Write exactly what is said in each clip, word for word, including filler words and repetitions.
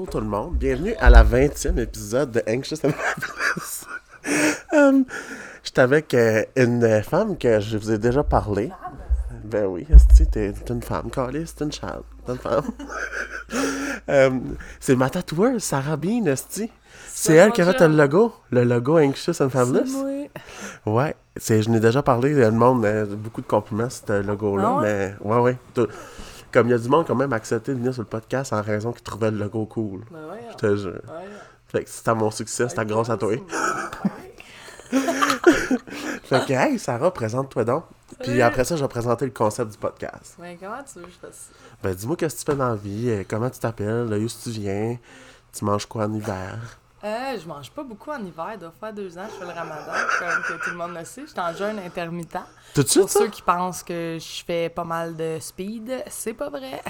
tout le monde. Bienvenue à la vingtième épisode de Anxious and Fabulous. um, J'étais avec euh, une femme que je vous ai déjà parlé. Ben oui, esti, t'es, t'es une femme, Calice, t'es une chale, t'es une femme. um, c'est ma tatoueuse, Sarah Bean, esti. C'est elle qui a fait le logo, le logo Anxious and Fabulous. C'est moi. Ouais, c'est, je n'ai déjà parlé, le monde a beaucoup de compliments sur ce logo-là, Ah ouais? mais ouais, ouais. Tout, comme il y a du monde quand même accepté de venir sur le podcast en raison qu'ils trouvaient le logo cool. Ben ouais, Je te jure. ouais. Fait que c'était mon succès, c'était grâce à toi. Ouais. Fait que, hey, Sarah, présente-toi donc. Puis Salut. après ça, je vais présenter le concept du podcast. Mais comment tu veux que je fasse ça? Ben, dis-moi qu'est-ce que tu fais dans la vie, euh, comment tu t'appelles, d'où tu viens, tu manges quoi en hiver? Euh, je mange pas beaucoup en hiver. Il doit faire deux ans que je fais le ramadan, comme que tout le monde le sait. Je suis en jeûne intermittent. Tout de suite, Pour ça? ceux qui pensent que je fais pas mal de speed, c'est pas vrai.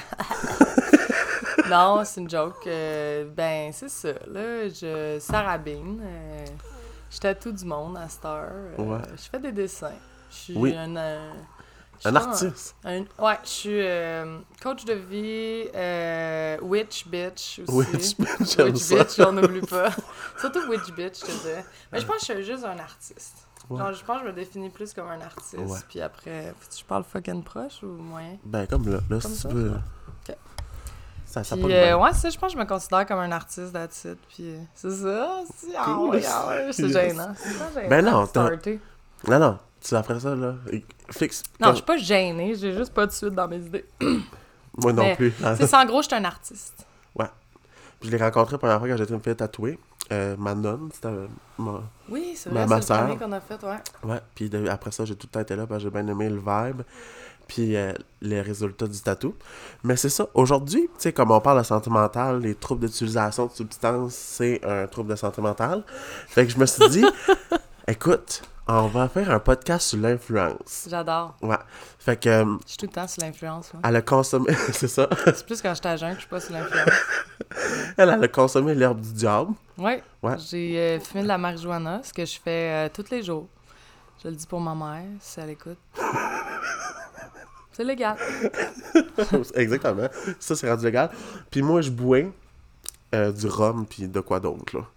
Non, c'est une joke. Euh, ben, c'est ça. Là, je sarabine. Euh, je tatoue du monde à cette heure. Euh, Ouais. Je fais des dessins. Je suis Oui. un... euh, je Un suis artiste. un- ouais, je suis euh, coach de vie, euh, witch bitch aussi. Witch bitch, j'aime Witch ça. bitch, on n'oublie pas. Surtout witch bitch, je te disais. Mais je pense que je suis juste un artiste. Ouais. Genre, je pense que je me définis plus comme un artiste. Ouais. Puis après, faut que je parle fucking proche ou moyen? Ben, comme là, là, Comme si ça? tu veux. Ok. Ça, ça Puis, pogne euh, bien. ouais, ça, je pense que je me considère comme un artiste, that's it. Puis, euh, c'est ça. C'est, ah, Cool. ouais, ah, ouais, c'est Yes. gênant. C'est pas gênant. Ben non, de t'as- starter. Non, non, tu après ça, là, fixe. Non, comme- je suis pas gênée, j'ai juste pas de suite dans mes idées. Moi non mais plus. C'est ça, en gros, je suis un artiste. Je l'ai rencontré la première fois quand j'étais me fait tatouer. Euh, ma nonne, c'était euh, ma... Oui, c'est Ma- vrai, ma c'est le sœur. premier qu'on a fait, ouais. Ouais, puis de- après ça, j'ai tout le temps été là parce que j'ai bien aimé le vibe, puis euh, les résultats du tatou. Mais c'est ça, aujourd'hui, tu sais, comme on parle de santé mentale, les troubles d'utilisation de substances, c'est un trouble de santé mentale. Fait que je me suis dit, écoute, on va faire un podcast sur l'influence. J'adore. Ouais, fait que euh, Je suis tout le temps sous l'influence, moi. elle a consommé, c'est ça, C'est plus quand j'étais à jeun que je suis pas sous l'influence. elle, elle a consommé l'herbe du diable. Ouais. Ouais. J'ai euh, fumé de la marijuana, ce que je fais euh, tous les jours. Je le dis pour ma mère, si elle écoute. C'est légal. Exactement, ça c'est rendu légal. Puis moi, je bois euh, du rhum puis de quoi d'autre, là.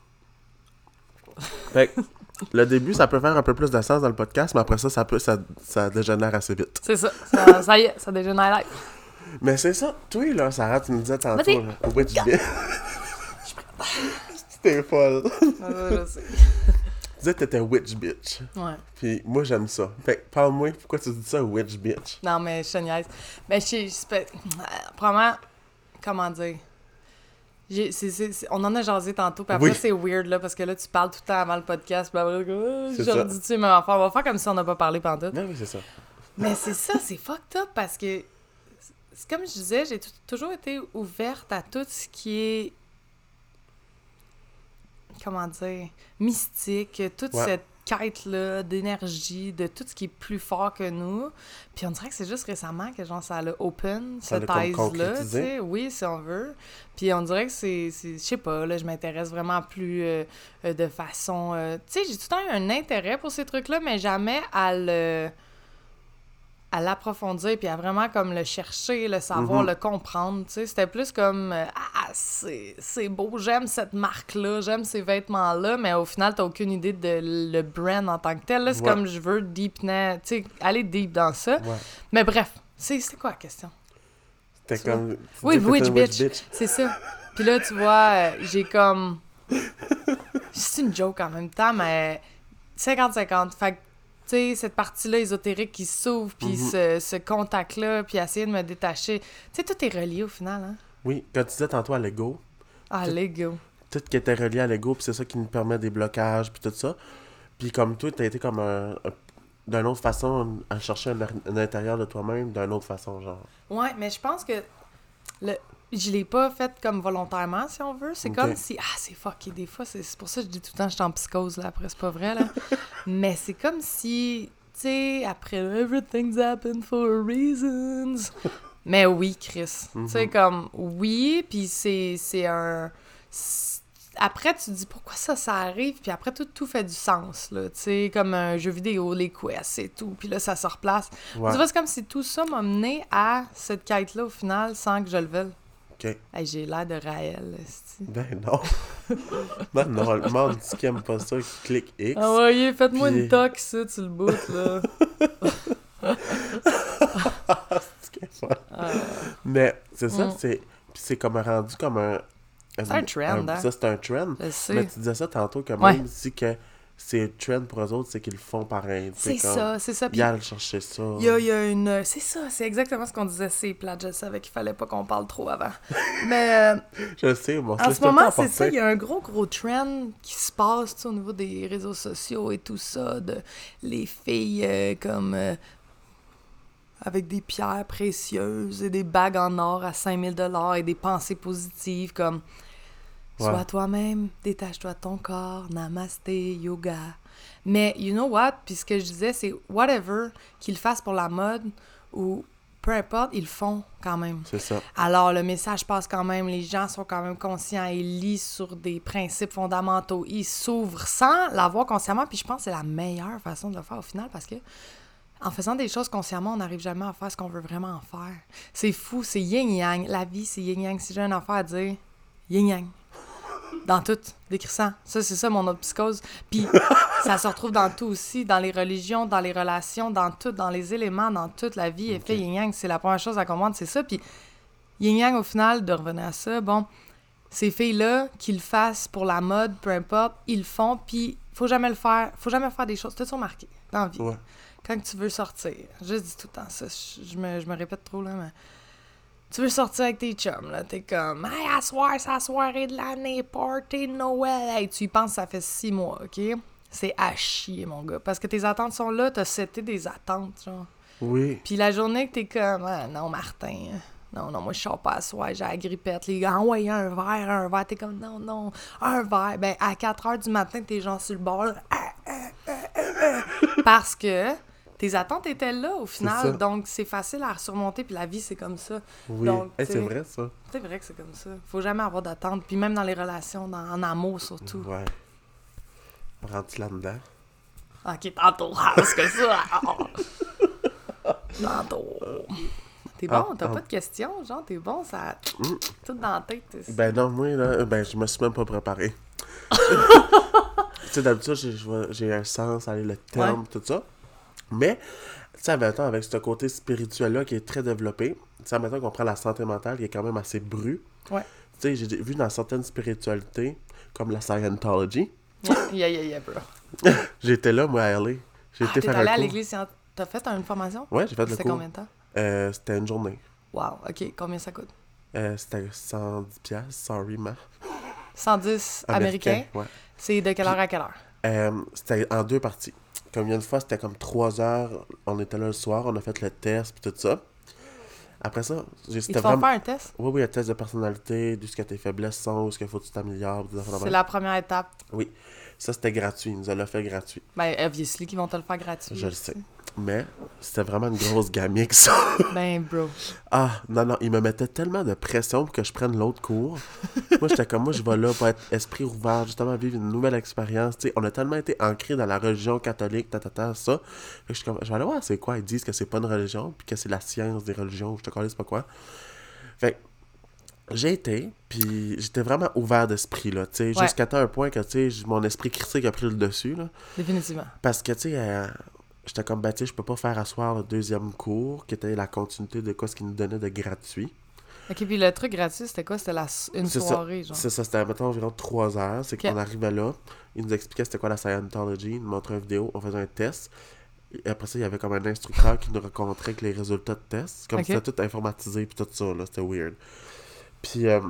Fait que, le début, ça peut faire un peu plus de sens dans le podcast, mais après ça, ça peut ça, ça dégénère assez vite. C'est ça. ça. Ça y est, ça dégénère live. Mais c'est ça, toi, là, Sarah, tu me disais tantôt, Vas-y. là, witch bitch. T'es folle. Ouais, je sais. Tu disais que t'étais witch bitch. Ouais. Puis moi, j'aime ça. Fait que, parle-moi, pourquoi tu dis ça, witch bitch? Non, mais je te niaise. Mais je sais, je sais pas- Probablement, comment dire? J'ai- c'est- c'est- c'est- on en a jasé tantôt, puis après, Oui. c'est weird, là, parce que là, tu parles tout le temps avant le podcast, puis après, oh, C'est je ça. redis-tu même affaire? On va faire comme si on n'a pas parlé pendant tout. Non, oui, c'est ça. Mais c'est ça, c'est fucked up, parce que, c'est comme je disais, j'ai t- toujours été ouverte à tout ce qui est, comment dire, mystique, toute Ouais. cette quête-là d'énergie, de tout ce qui est plus fort que nous. Puis on dirait que c'est juste récemment que genre ça l'a open, Ça cette l'a comme thèse-là, tu concrétisé. sais, oui, si on veut. Puis on dirait que c'est, c'est je sais pas, là, je m'intéresse vraiment plus euh, euh, de façon... euh, tu sais, j'ai tout le temps eu un intérêt pour ces trucs-là, mais jamais à le... à l'approfondir, puis à vraiment comme le chercher, le savoir, Mhm. le comprendre, tu sais. C'était plus comme, euh, ah, c'est, c'est beau, j'aime cette marque-là, j'aime ces vêtements-là, mais au final, t'as aucune idée de le brand en tant que tel. Là, c'est Ouais. comme, je veux deep, na- tu sais, aller deep dans ça. Ouais. Mais bref, c'est, c'est quoi la question? C'était Tu comme... tu Oui, disais que t'étais witch une bitch. C'est ça. Puis là, tu vois, euh, j'ai comme... C'est une joke en même temps, mais cinquante cinquante. Fait que, tu sais, cette partie-là ésotérique qui s'ouvre, puis Mhm. ce, ce contact-là, puis essayer de me détacher. Tu sais, tout est relié au final, hein? Oui, quand tu disais tantôt à l'ego, Ah, Tout- l'ego. tout qui était relié à l'ego, puis c'est ça qui nous permet des blocages, puis tout ça. Puis comme toi, t'as été comme un, un- d'une autre façon à chercher un, un intérieur de toi-même, d'une autre façon, genre. Ouais, mais je pense que le... je l'ai pas fait comme volontairement, si on veut. C'est Ok. comme si... Ah, c'est fucké, des fois. C'est, c'est pour ça que je dis tout le temps que je suis en psychose, là. Après, c'est pas vrai, là. Mais c'est comme si... Tu sais, après « Everything's happened for a reasons ». Mais oui, Chris. Tu sais, Mhm. comme... Oui, puis c'est, c'est un... c'est- Après, tu te dis pourquoi ça, ça arrive, puis après, tout, tout fait du sens, là. Tu sais, comme un jeu vidéo, les quests et tout, puis là, ça se replace. Ouais. Tu vois, c'est comme si tout ça m'a mené à cette quête-là, au final, sans que je le veuille. OK. Hey, j'ai l'air de Raël, esti. Ben non. Non, non, le monde qui aime pas ça, qui clique X. Ah ouais, faites-moi Puis- une toque, ça, tu le bout, là. C'est que ça. Ah. Mais c'est ça, Mm. c'est... Puis c'est comme rendu comme un... C'est un trend, hein. Ça, c'est un trend. Je sais. Mais tu disais ça tantôt, que Ouais. même si que c'est un trend pour eux autres, c'est qu'ils le font pareil. tu sais, C'est comme, ça, c'est ça. Puis Ils allent chercher ça. il y a, il y a une... C'est ça, c'est exactement ce qu'on disait, c'est plate, je savais qu'il fallait pas qu'on parle trop avant. Mais... euh, Je sais, bon, En ce moment, c'est ça, il y a un gros, gros trend qui se passe tu sais, au niveau des réseaux sociaux et tout ça, de les filles euh, comme euh, avec des pierres précieuses et des bagues en or à cinq mille dollars et des pensées positives comme Ouais. sois toi-même, détache-toi de ton corps, namasté, yoga. Mais you know what? Puis ce que je disais, c'est whatever qu'ils fassent pour la mode ou peu importe, ils le font quand même. C'est ça. Alors, le message passe quand même, les gens sont quand même conscients, ils lisent sur des principes fondamentaux, ils s'ouvrent sans l'avoir consciemment, puis je pense que c'est la meilleure façon de le faire au final, parce que en faisant des choses consciemment, on n'arrive jamais à faire ce qu'on veut vraiment en faire. C'est fou, c'est yin-yang, la vie c'est yin-yang, si j'ai un affaire à dire, yin-yang. Dans tout, décrissant. Ça, c'est ça, mon autre psychose. Puis, ça se retrouve dans tout aussi, dans les religions, dans les relations, dans tout, dans les éléments, dans toute la vie. Effet yin-yang, c'est la première chose à comprendre, c'est ça. Puis, yin-yang, au final, de revenir à ça, bon, ces filles-là, qu'ils le fassent pour la mode, peu importe, ils le font, puis faut jamais le faire, faut jamais faire des choses. T'as-tu remarqué, dans la vie? Ouais. Quand tu veux sortir, je dis tout le temps ça, je, je me, je me répète trop, là, mais... Tu veux sortir avec tes chums, là, t'es comme « Hey, à soir, c'est la soirée de l'année, party de Noël! » Hey, tu y penses, ça fait six mois, OK? C'est à chier, mon gars. Parce que tes attentes sont là, t'as seté des attentes, genre. Oui. Puis la journée que t'es comme ah, « Non, Martin, non, non, moi, je sors pas à soir, j'ai la grippette. » Les gars, « envoyez un verre, un verre. » T'es comme « Non, non, un verre. » Ben, à quatre heures du matin, t'es genre sur le bord, là, ah, ah, ah, ah, ah. Parce que... tes attentes étaient là, au final, ça. donc c'est facile à surmonter, puis la vie, c'est comme ça. Oui. Donc, Hey, t'sais, c'est vrai, ça. c'est vrai que c'est comme ça. Faut jamais avoir d'attente, puis même dans les relations, dans, en amour surtout. Ouais. Rendu là-dedans. Ok, tantôt, parce que ça... tantôt. T'es bon, Ah, t'as ah. pas de questions, genre, t'es bon, ça... Mm. Tout dans la tête. t'es- Ben non, moi, là, ben je me suis même pas préparé. Tu sais, d'habitude, j'ai- je vois- j'ai un sens, aller le terme, tout ça. Mais, tu sais, admettons, avec ce côté spirituel-là qui est très développé, tu sais, admettons qu'on prend la santé mentale qui est quand même assez brue. Ouais. Tu sais, j'ai vu dans certaines spiritualités, comme la Scientology, Yeah, yeah, yeah, bro. j'étais là, moi, à L A. J'ai Ah, été t'es faire allé un à cours. l'église, scient- t'as fait une formation? Ouais, j'ai fait le C'était cours. combien de temps? Euh, c'était une journée. Wow, ok, combien ça coûte? Euh, c'était cent dix piastres, sorry, ma. cent dix américains. Ouais. C'est de quelle heure à quelle heure? Euh, c'était en deux parties. Comme il y a une fois, c'était comme trois heures. On était là le soir, on a fait le test puis tout ça. Après ça, j'ai- Ils c'était te font vraiment... faire un test? Oui, oui, un test de personnalité, d'où ce que tes faiblesses sont, où ce qu'il faut que tu t'améliores. des affaires de C'est même. la première étape. Ça, c'était gratuit. Ils nous ont fait gratuit. Ben, obviously, qu'ils vont te le faire gratuit. Je le sais. Mais c'était vraiment une grosse gamique, ça. Ben, bro. Ah, non, non, ils me mettaient tellement de pression pour que je prenne l'autre cours. Moi, j'étais comme, moi, je vais là pour être esprit ouvert, justement, vivre une nouvelle expérience. Tu sais, on a tellement été ancrés dans la religion catholique, ta, ta, ta, ça. Fait que je suis comme, je vais aller voir c'est quoi. Ils disent que c'est pas une religion, puis que c'est la science des religions. Je te connais, c'est pas quoi. Fait que j'ai été, puis j'étais vraiment ouvert d'esprit, là, tu sais, Ouais. jusqu'à tel un point que, tu sais, mon esprit critique a pris le dessus, là. Définitivement. Parce que, tu sais, euh, j'étais comme, ben, tu sais, je peux pas faire asseoir le deuxième cours, qui était la continuité de quoi ce qu'ils nous donnaient de gratuit. Ok, puis le truc gratuit, c'était quoi? C'était la... une C'est ça. soirée, genre. C'est ça, c'était, mettons, environ trois heures. C'est Ok. qu'on arrivait là, ils nous expliquaient c'était quoi la Scientology, ils nous montraient une vidéo, on faisait un test. Et après ça, il y avait comme un instructeur qui nous rencontrait avec les résultats de test. Comme Ok. c'était tout informatisé, puis tout ça, là, c'était weird. Puis, euh,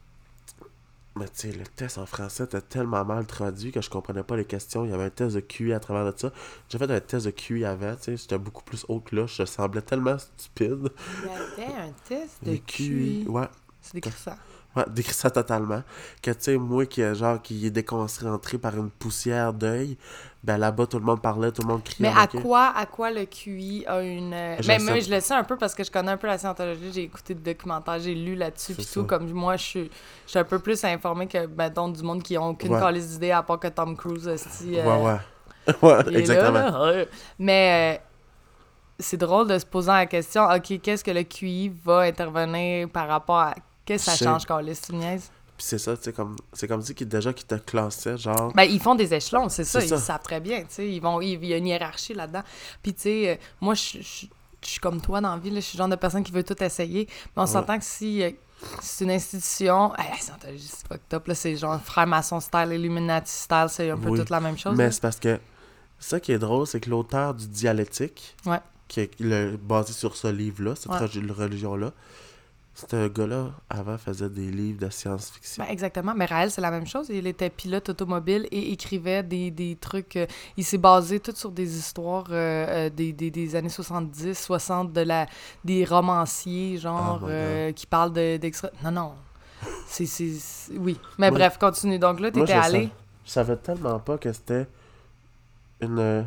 mais tu sais, le test en français était tellement mal traduit que je comprenais pas les questions. Il y avait un test de Q I à travers de ça. J'ai fait un test de Q I avant, tu sais, j'étais beaucoup plus haut que là, je semblais tellement stupide. Il y avait un test de Les Q I, ouais. C'est décrit ça. Ouais, décrit ça totalement. Que tu sais, moi qui est genre qui est déconcentré par une poussière d'œil, ben là-bas tout le monde parlait, tout le monde criait. Mais à ok? quoi, à quoi le Q I a une... euh, Je Ben, sais. moi, je le sais un peu parce que je connais un peu la scientologie, j'ai écouté des documentaires, j'ai lu là-dessus, puis C'est tout. ça. Comme moi, je suis, je suis un peu plus informée que, ben, donc, du monde qui ont aucune Ouais. calice d'idée à part que Tom Cruise, esti, euh, Ouais, ouais. ouais, il est exactement. là, là, ouais. Mais euh, c'est drôle de se poser la question, OK, qu'est-ce que le Q I va intervenir par rapport à Qu'est-ce que ça Je sais. change, Carlis, tu me niaises? Puis c'est ça, tu sais, comme... C'est comme si qu'ils déjà qu'ils te classaient, genre... Ben, ils font des échelons, c'est ça, C'est ils ça. savent très bien, tu sais, ils vont, il y a une hiérarchie là-dedans. Puis, tu sais, euh, moi, je je- je suis comme toi dans la vie, là, je suis le genre de personne qui veut tout essayer, mais on Ouais. s'entend que si euh, c'est une institution... Hey, la Scientologie, c'est fucked up, là, c'est genre franc-maçon style, Illuminati style, c'est un peu Oui. toute la même chose. Mais là. c'est parce que... Ça qui est drôle, c'est que l'auteur du Dialectique, Ouais. qui est le, basé sur ce livre-là, cette Ouais. regi- religion-là, ce gars-là, avant, faisait des livres de science-fiction. Ben, exactement. Mais Raël, c'est la même chose. Il était pilote automobile et écrivait des, des trucs. euh, il s'est basé tout sur des histoires euh, euh, des, des, des années soixante-dix, soixante, de la, des romanciers, genre, Oh my euh, qui parlent de, d'extra. Non, non. C'est, c'est, c'est- Oui. Mais Moi, bref, continue. Donc là, Moi, t'étais je, allé. sa- je savais tellement pas que c'était une... euh,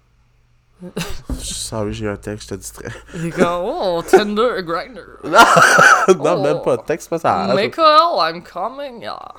Sorry, j'ai eu un texte, je te distrais. Il est comme, oh, Tinder, Grindr. non, Oh. même pas de texte, pas ça. Michael, I'm coming. yeah.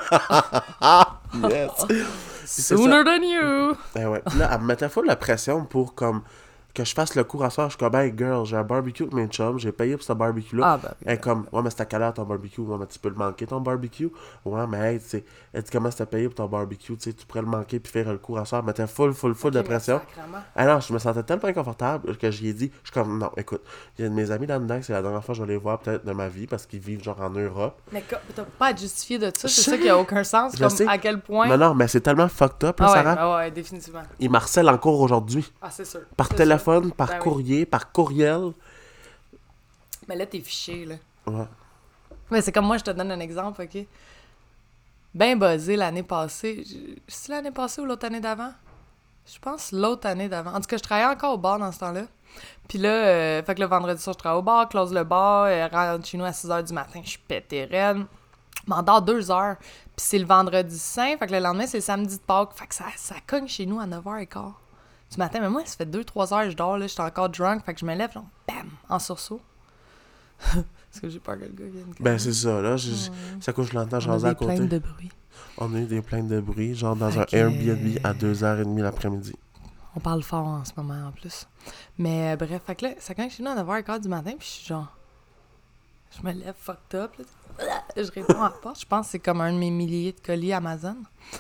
Yes. c'est Sooner than you. Ben ouais. Puis là, elle me mettait full la pression pour comme que je fasse le cours à soir. Je suis comme, hey girl, j'ai un barbecue avec mes chums, j'ai payé pour ce barbecue-là. Ah, ben. Elle est comme, ouais, mais c'est à quelle heure ton barbecue? Ouais, mais tu peux le manquer ton barbecue. Ouais, mais hey, tu sais, elle dit comment c'est payé pour ton barbecue? Tu sais, tu pourrais le manquer puis faire le cours à soir. Elle mettait full, full, full de pression. Alors, je me sentais tellement inconfortable que j'y ai dit, je suis comme, non, écoute, il y a de mes amis là-dedans, c'est la dernière fois que je vais les voir peut-être de ma vie parce qu'ils vivent genre en Europe. Mais co- t'as pas à te justifier de ça, c'est Je ça qui a aucun sens. Je Comme sais. à quel point. Non, non, mais c'est tellement fucked up, là, Ah ouais, Sarah. ah ouais, définitivement. Ils m'harcèlent encore aujourd'hui. Ah, c'est sûr. Par C'est téléphone, par Ben oui. courrier, par courriel. sûr. Mais là, t'es fiché, là. Ouais. Mais c'est comme moi, je te donne un exemple, OK? Ben buzzé l'année passée. Je- C'est l'année passée ou l'autre année d'avant? Je pense l'autre année d'avant. En tout cas, je travaillais encore au bar dans ce temps-là. Puis là, euh, fait que le vendredi soir, je travaille au bar, close le bar, euh, rentre chez nous à six heures du matin, je suis pété raide. Je m'endors deux heures. Puis c'est le vendredi saint, fait que le lendemain, c'est le samedi de Pâques. Fait que ça, ça cogne chez nous à neuf heures quinze du matin. Mais moi, ça fait deux trois heures que je dors, là, j'étais encore drunk, fait que je me lève, genre, bam, en sursaut. Parce que j'ai peur que le gars vienne. Ben, c'est ça, là. je- je- Ça couche, je l'entends On jaser a à des côté. plaintes de bruit. On a eu des plaintes de bruit, genre dans Fait un que- Airbnb à deux heures trente l'après-midi. On parle fort en ce moment, en plus. Mais euh, bref, fait que là, ça cogne chez nous à neuf heures quinze du matin, puis je suis genre... Je me lève fucked up, là. Je réponds à la porte. Je pense que c'est comme un de mes milliers de colis Amazon.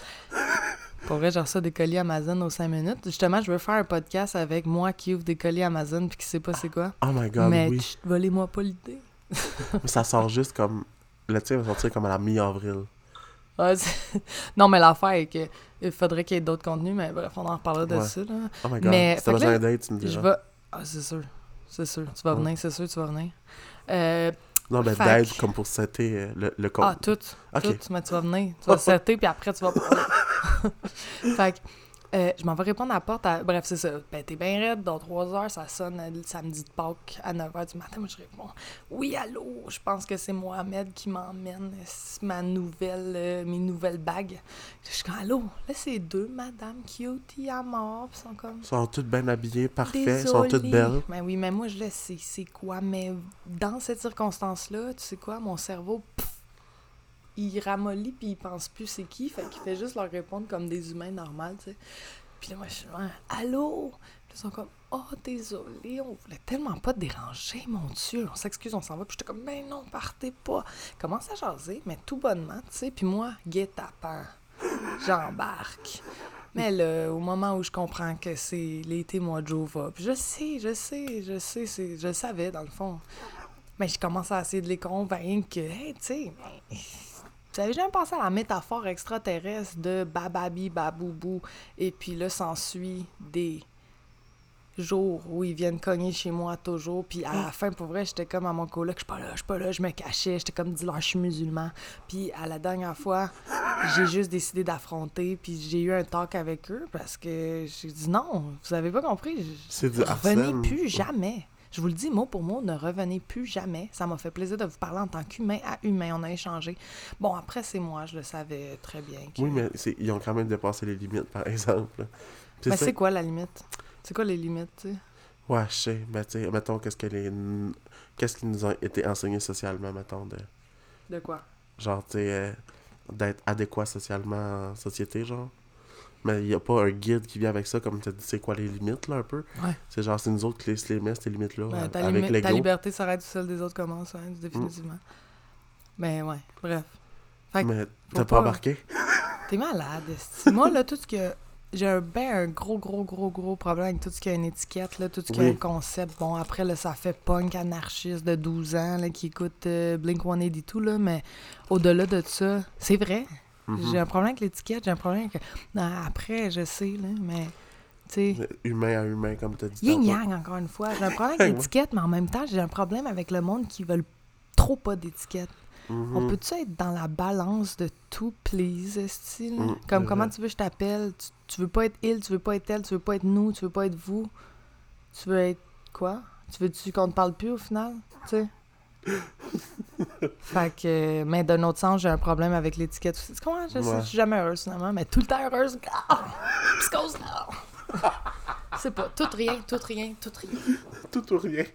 Pour vrai, j'ai reçu des colis Amazon aux cinq minutes. Justement, je veux faire un podcast avec moi qui ouvre des colis Amazon puis qui sait pas c'est quoi. Oh my god, Mais oui. chut, volez-moi pas l'idée. Ça sort juste comme... Le tien va sortir comme à la mi-avril. Ouais, c'est- non, mais l'affaire est que il faudrait qu'il y ait d'autres contenus, mais bref, on en reparlera de Ouais. ça, là. Oh my god, Mais, si t'as fait que besoin là, d'aide, tu me Je diras. vais... Ah, c'est sûr. C'est sûr. Tu vas Ouais. venir, c'est sûr, tu vas venir. Euh... Non, mais Fait d'aide que- comme pour setter euh, le, le compte. Ah, tout. Ok. Tout. Mais tu vas venir. Tu vas setter, puis après, tu vas parler. Fait que, euh, je m'en vais répondre à la porte. à- Bref, c'est ça. Ben, t'es bien raide. Dans trois heures, ça sonne euh, le samedi de Pâques à neuf heures du matin. Moi, je réponds oui, allô. Je pense que c'est Mohamed qui m'emmène euh, c'est ma nouvelle, euh, mes nouvelles bagues. Je suis comme allô. Là, c'est deux Madame Cutie à mort. Puis ils sont comme. Ils sont toutes bien habillées, parfait, Désolée. ils sont toutes belles. Ben oui, mais moi, je le sais, c'est quoi. Mais dans cette circonstance-là, tu sais quoi, mon cerveau, pff, il ramollit puis il pense plus c'est qui. Fait qu'il fait juste leur répondre comme des humains normaux, tu sais. Puis là, moi, je suis genre, allô? Puis ils sont comme, oh, désolé, on voulait tellement pas te déranger, mon Dieu. On s'excuse, on s'en va. Puis j'étais comme, ben non, partez pas. Commence à jaser, mais tout bonnement, tu sais. Puis moi, guet-apens, j'embarque. Mais là, au moment où je comprends que c'est l'été, mois de Jova, puis je sais, je sais, je sais, c'est, je le savais dans le fond. Mais je commence à essayer de les convaincre que, hey, tu sais, mais vous avez jamais pensé à la métaphore extraterrestre de bababi baboubou, et puis là, s'ensuit des jours où ils viennent cogner chez moi toujours, puis à la fin, pour vrai, j'étais comme à mon coloc, je suis pas là, je suis pas là, je me cachais, j'étais comme, dis-leur, je suis musulman. Puis à la dernière fois, j'ai juste décidé d'affronter, puis j'ai eu un talk avec eux, parce que j'ai dit, non, vous avez pas compris, C'est du revenez harcèlement. plus jamais. Je vous le dis mot pour mot, ne revenez plus jamais. Ça m'a fait plaisir de vous parler en tant qu'humain à humain. On a échangé. Bon, après, c'est moi, je le savais très bien. Que... Oui, mais c'est- ils ont quand même dépassé les limites, par exemple. C'est Mais ça- c'est quoi la limite? C'est quoi les limites, tu sais? Ouais, je sais. Mais tu sais, mettons, qu'est-ce que les... Qu'est-ce qui nous a été enseigné socialement, mettons, de... De quoi? Genre, tu sais, euh, d'être adéquat socialement en société, genre. Mais il n'y a pas un guide qui vient avec ça, comme tu as dit, c'est quoi les limites, là, un peu. Ouais. C'est genre, c'est nous autres qui les, les met, ces limites-là, Ouais, a- ta, avec limi- ta l'ego. liberté s'arrête où celle des autres commence, hein, définitivement. Ben ouais, bref. Fait que, Mais faut t'as pas pas- embarqué? T'es malade, esti. Moi, là, tout ce que... J'ai un, ben un gros, gros, gros, gros problème avec tout ce qui a une étiquette, là, tout ce qui a Oui. un concept. Bon, après, là, ça fait punk anarchiste de douze ans, là, qui écoute euh, Blink cent quatre-vingt-deux, là, mais au-delà de ça, c'est vrai. Mhm. J'ai un problème avec l'étiquette, j'ai un problème avec... Non, après, je sais, là, mais... Tu sais... Humain à humain, comme t'as dit. Yin-yang, encore une fois. J'ai un problème avec Ouais. l'étiquette, mais en même temps, j'ai un problème avec le monde qui veulent trop pas d'étiquette. Mhm. On peut-tu être dans la balance de tout, please, esti, là? Mm, Comme c'est comment vrai. tu veux que je t'appelle? Tu, tu veux pas être il, tu veux pas être elle, tu veux pas être nous, tu veux pas être vous. Tu veux être quoi? Tu veux-tu qu'on te parle plus au final? Tu sais? Fait que... Mais d'un autre sens, j'ai un problème avec l'étiquette aussi. Tu comprends? Je sais, Ouais. je suis jamais heureuse, finalement, mais tout le temps heureuse. Ah! Psychose, ah! C'est pas. Tout rien, tout rien, tout rien. Tout ou rien.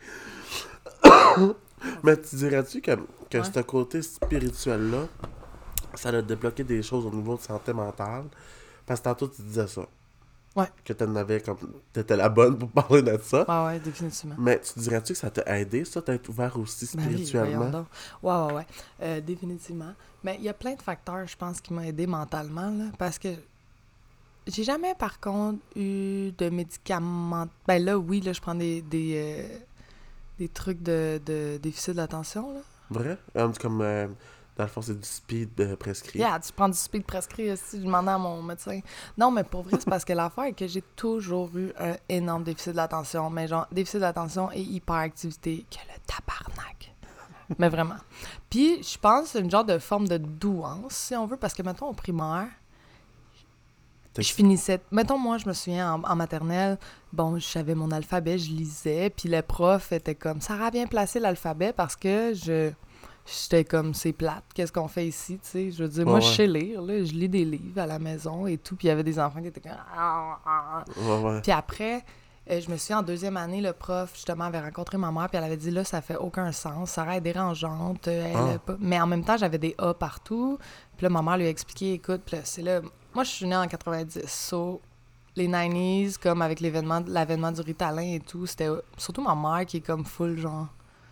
Mais tu dirais-tu que, que Ouais. ce côté spirituel-là, ça a débloqué des choses au niveau de santé mentale? Parce que tantôt, tu disais ça. Ouais. Que t'en avais comme... T'étais la bonne pour parler de ça. Ouais, ouais, définitivement. Mais tu dirais-tu que ça t'a aidé, ça, d'être ouvert aussi Ben oui, spirituellement? voyons donc. Ouais, ouais, ouais. Euh, définitivement. Mais il y a plein de facteurs, je pense, qui m'ont aidé mentalement, là, parce que j'ai jamais, par contre, eu de médicaments... Ben là, oui, là, je prends des, des, euh, des trucs de, de déficit de l'attention, là. Vrai? Euh, comme, euh, dans le fond, c'est du speed euh, prescrit. Yeah, tu prends du speed prescrit aussi, je demandais à mon médecin. Non, mais pour vrai, c'est parce que l'affaire est que j'ai toujours eu un énorme déficit de l'attention, mais genre, déficit de l'attention et hyperactivité, que le tabarnak. Mais vraiment. Puis, je pense que c'est une genre de forme de douance, si on veut, parce que, mettons, au primaire, T'as- je finissais... Mettons, moi, je me souviens, en, en maternelle, bon, je savais mon alphabet, je lisais, puis le prof était comme, ça a bien placé l'alphabet parce que je... J'étais comme, c'est plate, qu'est-ce qu'on fait ici, tu sais? Je veux dire, Ouais, moi, ouais. je sais lire, là, je lis des livres à la maison et tout, puis il y avait des enfants qui étaient comme... Ah, ah, ah. Ouais, ouais. Puis après, euh, je me souviens, en deuxième année, le prof, justement, avait rencontré ma mère, puis elle avait dit, là, ça fait aucun sens, Sarah est dérangeante, euh, elle Ah. a pas... Mais en même temps, j'avais des A partout, puis là, ma mère lui a expliqué, écoute, puis là, c'est là... Moi, je suis née en quatre-vingt-dix, so... Les nineties, comme avec l'événement, l'avènement du Ritalin et tout, c'était surtout ma mère qui est comme full, genre...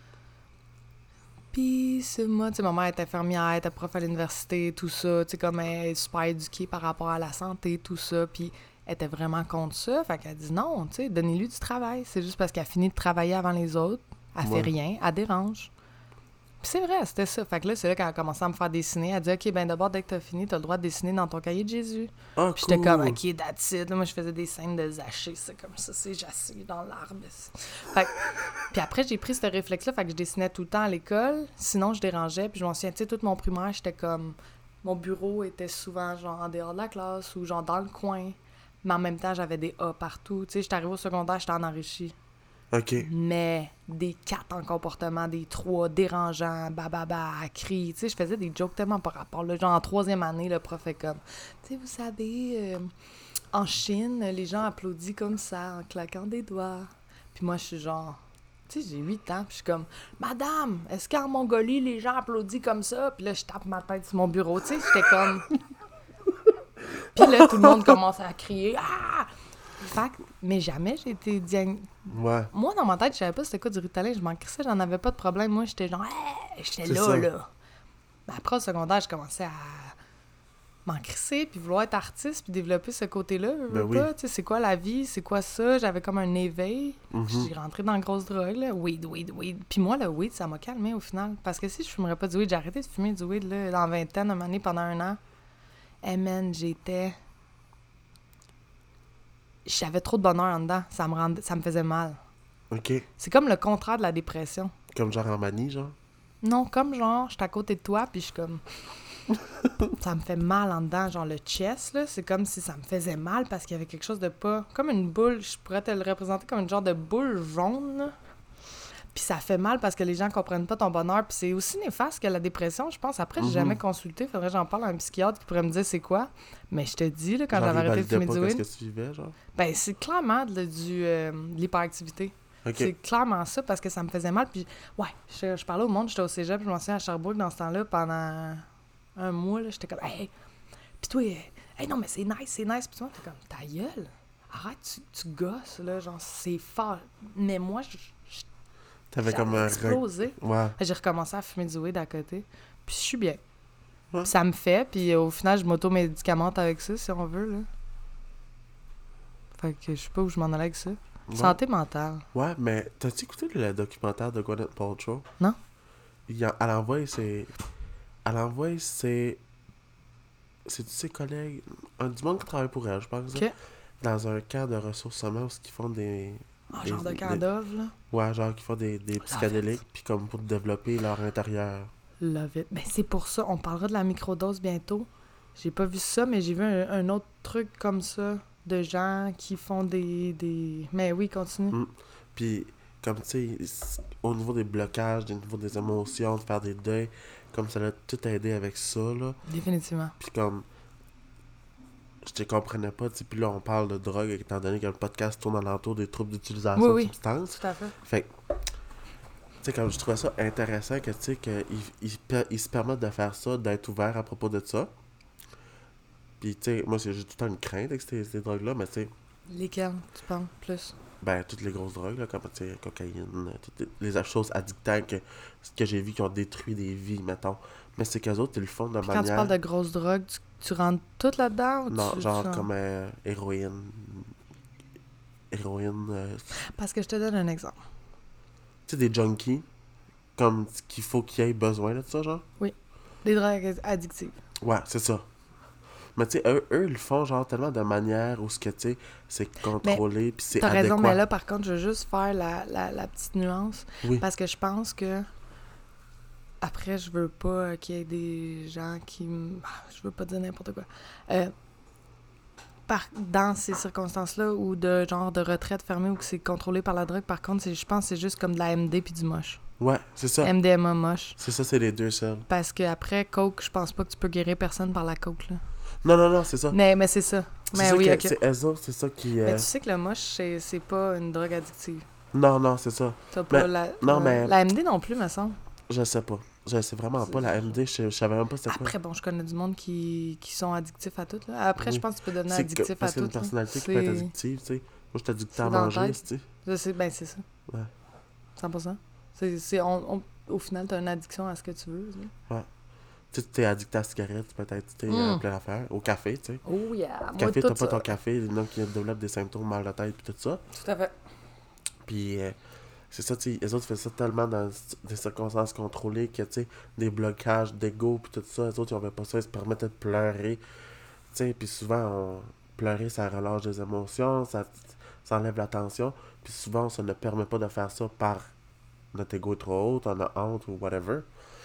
Puis, c'est moi, tu sais, ma mère était infirmière, elle était prof à l'université, tout ça, tu sais, comme elle est super éduquée par rapport à la santé, tout ça, puis elle était vraiment contre ça, fait qu'elle dit non, tu sais, donnez-lui du travail, c'est juste parce qu'elle a fini de travailler avant les autres, elle Ouais. fait rien, elle dérange. Puis c'est vrai, c'était ça, fait que là, c'est là qu'elle a commencé à me faire dessiner, elle dit, OK, ben d'abord, dès que t'as fini, t'as le droit de dessiner dans ton cahier de Jésus. Ah, Puis j'étais cool. comme, OK, that's it. Là, moi, je faisais des scènes de Zaché, c'est comme ça, c'est Jassé dans l'arbre. Fait que- Puis après, j'ai pris ce réflexe-là, fait que je dessinais tout le temps à l'école. Sinon, je dérangeais. Puis je m'en souviens, tu sais, tout mon primaire, j'étais comme... Mon bureau était souvent, genre, en dehors de la classe ou, genre, dans le coin. Mais en même temps, j'avais des A partout. Tu sais, j'étais arrivée au secondaire, j'étais en enrichi. OK. Mais des quatre en comportement, des trois dérangeants, bababa, à cri. Tu sais, je faisais des jokes tellement par rapport. Là, genre, en troisième année, le prof est comme, tu sais, vous savez, euh, en Chine, les gens applaudissent comme ça, en claquant des doigts. Puis moi, je suis genre, tu sais, j'ai huit ans, puis je suis comme, Madame, est-ce qu'en Mongolie, les gens applaudissent comme ça? Puis là, je tape ma tête sur mon bureau, tu sais, j'étais comme... Puis là, tout le monde commence à crier, ah! Fait que- mais jamais j'ai été diagn... Ouais. Moi, dans ma tête, je savais pas c'était quoi du Ritalin, je m'en crissais, j'en avais pas de problème. Moi, j'étais genre, hey! J'étais C'est là, ça. là. Mais après, au secondaire, je commençais à m'en crisser, puis vouloir être artiste, puis développer ce côté-là. Je Ben veux oui. pas, tu sais, c'est quoi la vie, c'est quoi ça? J'avais comme un éveil. Mhm. J'ai rentré dans la grosse drogue, là. Weed, weed, weed. Puis moi, le weed, ça m'a calmé au final. Parce que si je fumerais pas du weed, j'ai arrêté de fumer du weed, là, dans la vingtaine, une année, pendant un an. Hey man, j'étais... J'avais trop de bonheur en dedans. Ça me, rendait... ça me faisait mal. OK. C'est comme le contraire de la dépression. Comme genre en manie, genre? Non, comme genre, je suis à côté de toi, puis je suis comme... ça me fait mal en dedans, genre le chest, là, c'est comme si ça me faisait mal parce qu'il y avait quelque chose de pas... Comme une boule, je pourrais te le représenter comme une genre de boule jaune, là. Puis ça fait mal parce que les gens comprennent pas ton bonheur, puis c'est aussi néfaste que la dépression, je pense. Après, j'ai Mhm. jamais consulté, faudrait que j'en parle à un psychiatre qui pourrait me dire c'est quoi. Mais je te dis, là, quand Genre, j'avais il arrêté de validait fumer pas du weed, qu'est-ce que tu vivais, genre? ben c'est clairement de, du, euh, de l'hyperactivité. OK. C'est clairement ça, parce que ça me faisait mal. Puis, ouais, je, je parlais au monde, j'étais au cégep, je m'en souviens à Sherbrooke dans ce temps-là, pendant un mois, là, j'étais comme, hey, puis toi, euh, hey, non, mais c'est nice, c'est nice. Puis toi, t'es comme, ta gueule, arrête, tu, tu gosses, là, genre, c'est fort. Mais moi, je, je- T'avais J'ai comme un... explosé. Ouais. J'ai recommencé à fumer du weed à côté. Puis je suis bien. Ouais. Puis ça me fait, puis au final, je m'auto-médicamente avec ça, si on veut, là. Fait que je sais pas où je m'en allais avec ça. Ouais. Santé mentale. Ouais, mais t'as-tu écouté le documentaire de Gwyneth Paltrow? Non. Il a, elle envoie ses... Elle envoie ses... C'est-tu ses collègues? Un du monde qui travaille pour elle, je pense. OK. Dans un camp de ressources humaines où ils font des... Un des- genre de des- candove, là. Ouais, genre qui font des, des psychédéliques, puis comme pour développer leur intérieur. Love it. Ben, c'est pour ça. On parlera de la microdose bientôt. J'ai pas vu ça, mais j'ai vu un, un autre truc comme ça de gens qui font des... des... Mais oui, continue. Mm. Puis, comme tu sais, s- au niveau des blocages, au niveau des émotions, de faire des deuils, comme ça l'a tout aidé avec ça, là. Définitivement. Puis comme... Je te comprenais pas, tu sais, puis là, on parle de drogue, étant donné que le podcast tourne alentour des troubles d'utilisation Oui, de oui. substances. Tout à fait. Fait que, tu sais, comme je trouvais ça intéressant que, tu sais, qu'ils ils, per- ils se permettent de faire ça, d'être ouverts à propos de ça. Puis, tu sais, moi, c'est- j'ai tout le temps une crainte avec ces, ces drogues-là, mais tu sais, Lesquels, tu penses, plus? ben, toutes les grosses drogues, là, comme, tu sais, cocaïne, euh, toutes les, les choses addictantes que, que j'ai vues qui ont détruit des vies, mettons. Mais c'est qu'eux autres, ils le font de Puis quand tu manière... parles de grosses drogues, tu, tu rentres tout là-dedans? Ou Non, tu, genre tu- comme euh, héroïne. Héroïne... euh, Parce que je te donne un exemple. tu sais, des junkies, comme qu'il faut qu'ils aient besoin de ça, genre. Les drogues addictives. Ouais, c'est ça. Mais tu sais, eux, eux, ils le font genre tellement de manière où ce que, tu sais, c'est contrôlé, puis c'est T'as adéquat. raison, mais là, par contre, je veux juste faire la, la, la petite nuance. Oui. Parce que je pense que... Après, je veux pas qu'il y ait des gens qui... m- ah, Je veux pas dire n'importe quoi. Euh, par, dans ces circonstances-là, ou de genre de retraite fermée ou que c'est contrôlé par la drogue, par contre, c'est- je pense que c'est juste comme de la M D puis du moche. Ouais, c'est ça. M D M A moche. C'est ça, c'est les deux seuls. Parce que après coke, je pense pas que tu peux guérir personne par la coke, là. Non, non, non, c'est ça. Mais, mais c'est ça. C'est Mais ça oui, que- ok. C'est eux autres, c'est ça qui... euh, Mais tu sais que le moche, c'est c'est pas une drogue addictive. Non, non, c'est ça. T'as pas Mais- la... non, la- mais- La M D non plus, me semble. Je sais pas. Je sais vraiment pas. La M D, je, je savais même pas c'était quoi. Après, bon, je connais du monde qui, qui sont addictifs à tout, là. Après, Oui. je pense que tu peux devenir C'est que- addictif à parce qu'il y a tout, une là. personnalité qui peut être C'est- addictive, tu sais. Moi, je suis addicté c'est à dans la manger, tête. tu sais. Je sais, ben c'est ça. Ouais. cent pour cent. C'est, c'est, on, on- au final, t'as une addiction à ce que tu veux. tu sais. Tu sais, t'es addicté à la cigarette, tu peux être addicté à Mm. plein d'affaires. Au café, tu sais. Oh yeah, moi, Café, tout t'as pas ça. ton café, il y en a qui développent des symptômes, mal de tête, puis tout ça. Tout à fait. Puis, euh, c'est ça, tu sais, les autres font ça tellement dans des circonstances contrôlées que, tu sais, des blocages d'ego, puis tout ça, les autres, ils n'avaient pas ça, ils se permettaient de pleurer. Tu sais, puis souvent, on... pleurer, ça relâche des émotions, ça, ça enlève la tension. Puis souvent, ça ne permet pas de faire ça par notre ego est trop haut, on a honte ou whatever.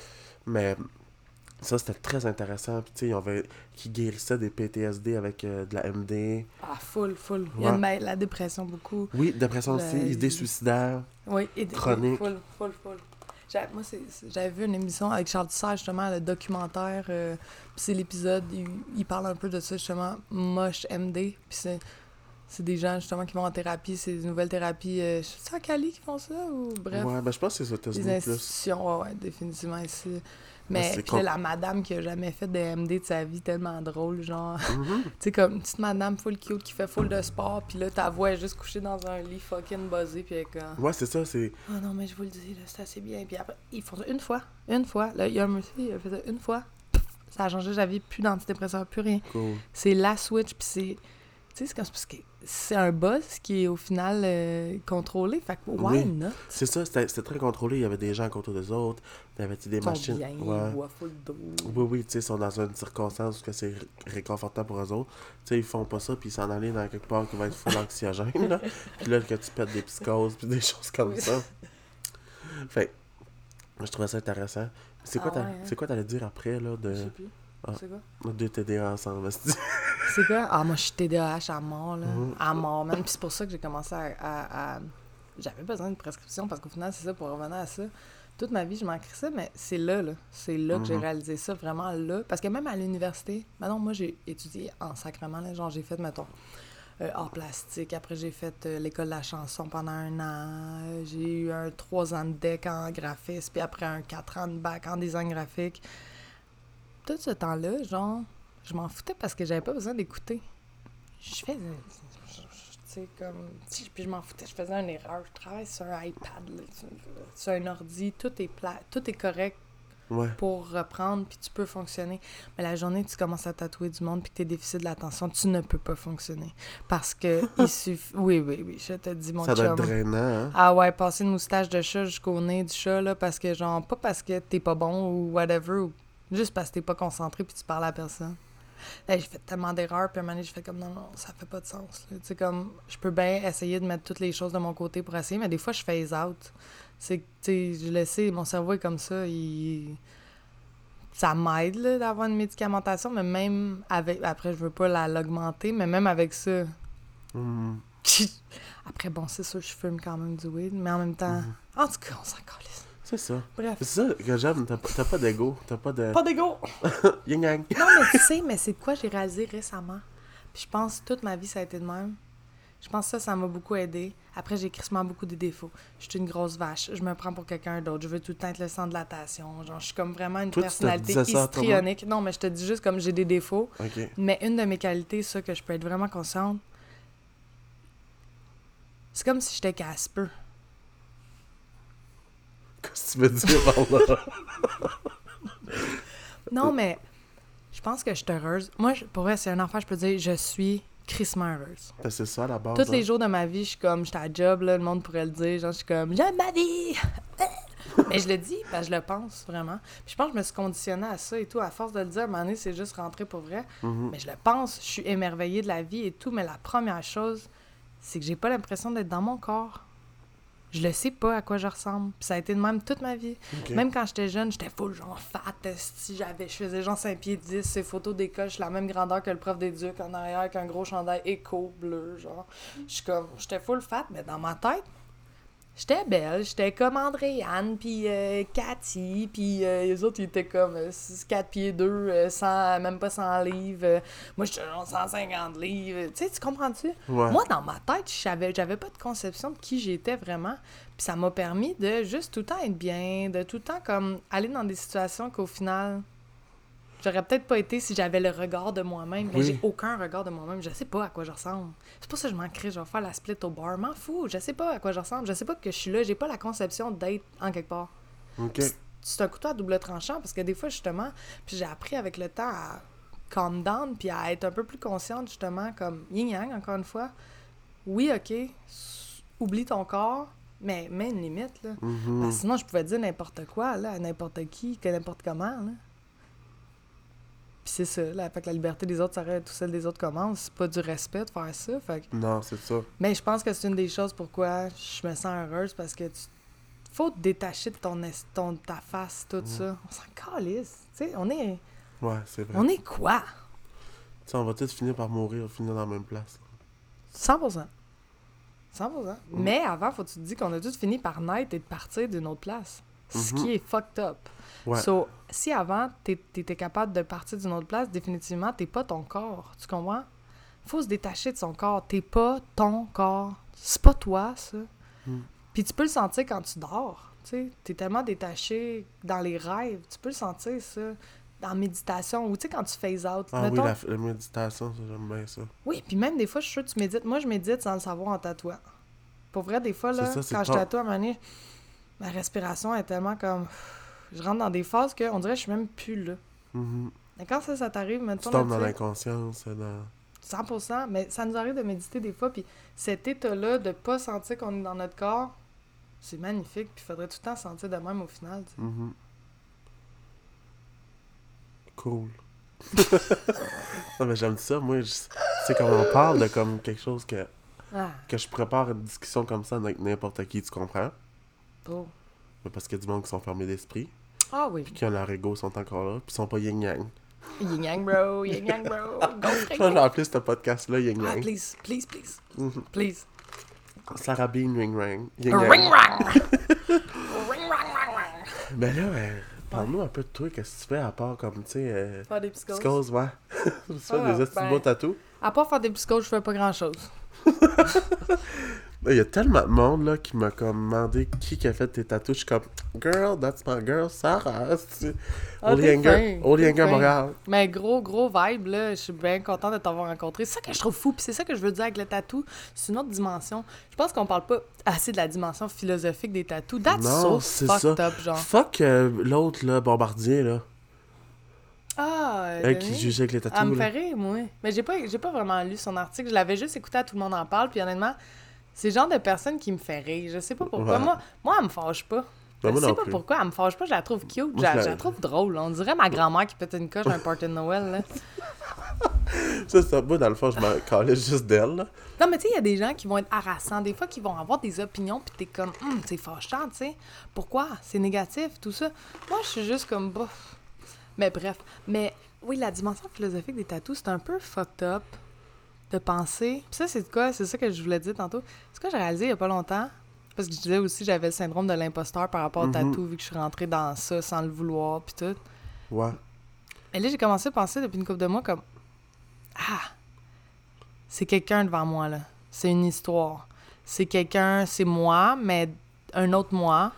Mais ça, c'était très intéressant. Puis, tu sais, ils avaient qui guérissaient des P T S D avec euh, de la M D. Ah, full, full. Il y a Ouais. une ma- la dépression beaucoup. Oui, dépression La- aussi, idées suicidaires. Oui, et Chronique. Full, full, full. J'a- Moi, c'est, c'est- j'avais vu une émission avec Charles Tissère, justement, le documentaire. euh, puis c'est l'épisode, il, il parle un peu de ça, justement, Moche M D. Puis c'est, c'est des gens, justement, qui vont en thérapie. C'est des nouvelles thérapies. Euh, c'est à Cali qui font ça, ou bref? Ouais, ben je pense que c'est aux Les États-Unis plus. institutions, ouais, ouais, définitivement ici. Mais Mais c'est puis là, com- la madame qui a jamais fait de M D de sa vie, tellement drôle, genre... Mhm. tu sais, comme une petite madame full cute qui fait full de sport, puis là, ta voix est juste couchée dans un lit fucking buzzé, puis elle est comme... Ouais, c'est ça, c'est. Ah non, mais je vous le dis, là, c'est assez bien. Puis après, ils font ça une fois, une fois. Là, il y a un monsieur, il a fait ça une fois. Ça a changé, j'avais plus d'antidépresseurs, plus rien. Cool. C'est la switch, puis c'est... Tu sais, c'est comme... Parce que c'est un buzz qui est au final euh, contrôlé, fait que why Oui. not? C'est ça, c'était c'était très contrôlé. Il y avait des gens contre des autres. Il y avait tu sais, des Ils sont machines. bien, Ouais. ils boivent full d'eau. Oui, oui, tu sais, ils sont dans une circonstance où que c'est ré- réconfortant pour eux autres. Tu sais, ils font pas ça, puis ils s'en allaient dans quelque part qui va être full anxiogène, là. Puis là, que tu pètes des psychoses, puis des choses comme Oui. ça. Fait que, je trouvais ça intéressant. C'est quoi, Ah t'as- ouais, hein? c'est quoi t'allais dire après, là, Je de sais plus. Ah. C'est quoi? nos deux T D A ensemble? esti? C'est quoi? Ah, moi, je suis T D A H à mort, là. Mhm. À mort, même. Puis c'est pour ça que j'ai commencé à... à- à- J'avais besoin d'une prescription, parce qu'au final, c'est ça, pour revenir à ça. Toute ma vie, je m'en crissais, mais c'est là, là. C'est là que j'ai Mhm. réalisé ça, vraiment là. Parce que même à l'université, maintenant, moi, j'ai étudié en sacrement, là. Genre, j'ai fait, mettons, euh, art plastique. Après, j'ai fait euh, l'école de la chanson pendant un an. Euh, J'ai eu un trois ans de deck en graphisme, puis après un quatre ans de bac en design graphique. Tout ce temps-là, genre, je m'en foutais parce que j'avais pas besoin d'écouter. Je fais... Je, je sais, comme... Puis je m'en foutais, je faisais une erreur. Je travaille sur un iPad, là, sur un ordi, tout est plat, tout est correct Ouais. pour reprendre, puis tu peux fonctionner. Mais la journée que tu commences à tatouer du monde, puis que t'es déficit de l'attention, tu ne peux pas fonctionner. Parce que il suffit... Oui, oui, oui, je te dis, mon Ça doit chum. être drainant, hein? Ah ouais, passer une moustache de chat jusqu'au nez du chat, là, parce que, genre, pas parce que t'es pas bon ou whatever, ou juste parce que t'es pas concentré puis tu parles à personne. Là, j'ai fait tellement d'erreurs, puis à un moment donné, j'ai fait comme, non, non, ça fait pas de sens. Tu sais, comme, je peux bien essayer de mettre toutes les choses de mon côté pour essayer, mais des fois, je phase out. C'est que, tu sais, je le sais, mon cerveau est comme ça, il... Ça m'aide, là, d'avoir une médicamentation, mais même avec... Après, je veux pas la l'augmenter, mais même avec ça... Mm. Après, bon, c'est sûr, je fume quand même du weed, mais en même temps... Mm. En tout cas, on s'en calisse. C'est ça. Bref. C'est ça que j'aime. T'as pas, t'as pas d'ego. T'as pas de... Pas d'ego! Yin yang. Non, mais tu sais, mais c'est de quoi j'ai réalisé récemment. Puis je pense que toute ma vie, ça a été de même. Je pense que ça, ça m'a beaucoup aidé. Après, j'ai crissement beaucoup de défauts. Je suis une grosse vache. Je me prends pour quelqu'un d'autre. Je veux tout le temps être le centre de l'attention. Genre, je suis comme vraiment une Toi, tu te personnalité disais ça à toi-même? histrionique. Non, mais je te dis juste comme j'ai des défauts. OK. Mais une de mes qualités, ça, que je peux être vraiment consciente, c'est comme si j'étais Casper. Qu'est-ce que tu veux dire par là? Non, mais je pense que je suis heureuse. Moi, je- pour vrai, c'est un enfant, je peux dire, je suis crissement heureuse. Ben, c'est ça, la base. Tous les hein. jours de ma vie, je suis comme, j'étais à job, là, le monde pourrait le dire, genre, je suis comme, j'aime ma vie! Mais je le dis, parce que je le pense, vraiment. Puis je pense que je me suis conditionnée à ça et tout. À force de le dire, à un moment donné, c'est juste rentré pour vrai. Mhm. Mais je le pense, je suis émerveillée de la vie et tout. Mais la première chose, c'est que j'ai pas l'impression d'être dans mon corps. Je le sais pas à quoi je ressemble. Puis ça a été de même toute ma vie. OK. Même quand j'étais jeune, j'étais full genre fat, si j'avais, je faisais genre cinq pieds dix, ces photos d'école, je suis la même grandeur que le prof d'éduc en arrière avec un gros chandail éco bleu, genre. Je suis comme, j'étais full fat, mais dans ma tête, j'étais belle, j'étais comme Andréane, puis euh, Cathy, puis euh, les autres, ils étaient comme euh, quatre pieds deux, euh, cent, même pas cent livres. Euh, moi, j'étais genre cent cinquante livres. Tu sais, tu comprends-tu? Ouais. Moi, dans ma tête, je savais, j'avais pas de conception de qui j'étais vraiment. Puis ça m'a permis de juste tout le temps être bien, de tout le temps comme aller dans des situations qu'au final, j'aurais peut-être pas été si j'avais le regard de moi-même. Mais Oui. j'ai aucun regard de moi-même. Je sais pas à quoi je ressemble. C'est pour ça que je m'en crée. Je vais faire la split au bar. M'en fous. Je sais pas à quoi je ressemble. Je sais pas que je suis là. J'ai pas la conception d'être en quelque part. OK. Puis c'est un couteau à double tranchant parce que des fois, justement, puis j'ai appris avec le temps à calm down puis à être un peu plus consciente, justement, comme yin-yang, encore une fois. Oui, OK, s- oublie ton corps, mais mets une limite, là. Mhm. Parce que sinon, je pouvais dire n'importe quoi, là, à n'importe qui, que n'importe comment, là. Puis c'est ça, là, fait que la liberté des autres s'arrête où celle des autres commence. C'est pas du respect de faire ça, fait que... Non, c'est ça. Mais je pense que c'est une des choses pourquoi je me sens heureuse, parce que tu... faut te détacher de ton, est- ton ta face, tout ça. On s'en calisse, tu sais, on est... Ouais, c'est vrai. On est quoi? Tu sais, on va tous finir par mourir, finir dans la même place. cent pour cent. cent pour cent. Mais avant, faut que tu te dis qu'on a tous fini par naître et de partir d'une autre place. Ce Mhm. qui est fucked up. Ouais. So, si avant, t'es- t'étais capable de partir d'une autre place, définitivement, t'es pas ton corps. Tu comprends? Faut se détacher de son corps. T'es pas ton corps. C'est pas toi, ça. Mm. Puis tu peux le sentir quand tu dors. Tu sais, t'es tellement détaché dans les rêves. Tu peux le sentir, ça. Dans la méditation. Ou tu sais, quand tu phases out. Ah Mettons- oui, la, la méditation, ça, j'aime bien ça. Oui, puis même des fois, je suis sûre que tu médites. Moi, je médite sans le savoir en tatouant. Pour vrai, des fois, là, C'est ça, c'est quand je pas- tatoue à un moment donné, ma respiration est tellement comme... Je rentre dans des phases que on dirait que je suis même plus là. Mhm. Et quand ça, ça t'arrive, Tu mettons, tombes là, dans tu sais, l'inconscience, dans... cent pour cent, mais ça nous arrive de méditer des fois, puis cet état-là, de pas sentir qu'on est dans notre corps, c'est magnifique, puis il faudrait tout le temps se sentir de même au final, tu sais. Mhm. Cool. Non, mais j'aime ça. Moi, je... c'est comme on parle de comme quelque chose que, Ah, que je prépare une discussion comme ça avec n'importe qui, tu comprends? beau. Mais parce qu'il y a du monde qui sont fermés d'esprit, Ah oui. puis qui ont leur ego, sont encore là, puis ils sont pas yin-yang. Yin yang bro, yin yang bro, go Je pense que frérot. j'ai appelé ce podcast-là Ah, yin-yang. please, please, please, Mhm. please. Sarah Bean, ring-rang. Ring rang! Ring rang, rang, rang. Ben là, euh, parle-nous un peu de toi, qu'est-ce que tu fais à part comme, tu sais, euh, Faire des psychoses. psychose, ouais. Tu fais Ah, des petits ben- beaux tatous? À part faire des psychoses, je fais pas grand-chose. Il y a tellement de monde là, qui m'a comme demandé qui qui a fait tes tatous. Je suis comme, girl, that's my girl, Sarah. Ah, Oli t'es Hanger, fin, Oli t'es Hanger fin. Montréal. Mais gros, gros vibe, là. Je suis bien contente de t'avoir rencontré. C'est ça que je trouve fou, puis c'est ça que je veux dire avec le tatou. C'est une autre dimension. Je pense qu'on parle pas assez de la dimension philosophique des tatous. That's Non, so c'est fucked ça. up, genre. Fuck euh, l'autre, là, Bombardier, là. Ah, Elle Denis? qui jugeait avec les tatous. Elle me là. fait rire, moi. Mais j'ai pas, j'ai pas vraiment lu son article. Je l'avais juste écouté à Tout le monde en parle, puis honnêtement, c'est le genre de personne qui me fait rire. Je sais pas pourquoi. Ouais. Moi, moi, elle me fâche pas. Ben, Je moi sais non pas plus. pourquoi, elle me fâche pas, je la trouve cute, je Moi, la, je la- je la trouve drôle. On dirait ma grand-mère qui pète une coche à un party de Noël, là. C'est ça, moi, dans le fond, je m'en calais juste d'elle, là. Non, mais tu sais, il y a des gens qui vont être harassants, des fois qui vont avoir des opinions, puis t'es comme, hum, c'est fâchant, tu sais. Pourquoi? C'est négatif, tout ça. Moi, je suis juste comme, bof. Mais bref. Mais oui, la dimension philosophique des tatous, c'est un peu fucked up de penser. Puis ça, c'est quoi? C'est ça que je voulais dire tantôt. C'est quoi j'ai réalisé il y a pas longtemps? Parce que je disais aussi, j'avais le syndrome de l'imposteur par rapport au Mhm. tatou, vu que je suis rentrée dans ça sans le vouloir, puis tout. Ouais. Et là, j'ai commencé à penser depuis une couple de mois comme, ah, c'est quelqu'un devant moi, là. C'est une histoire. C'est quelqu'un, c'est moi, mais un autre moi,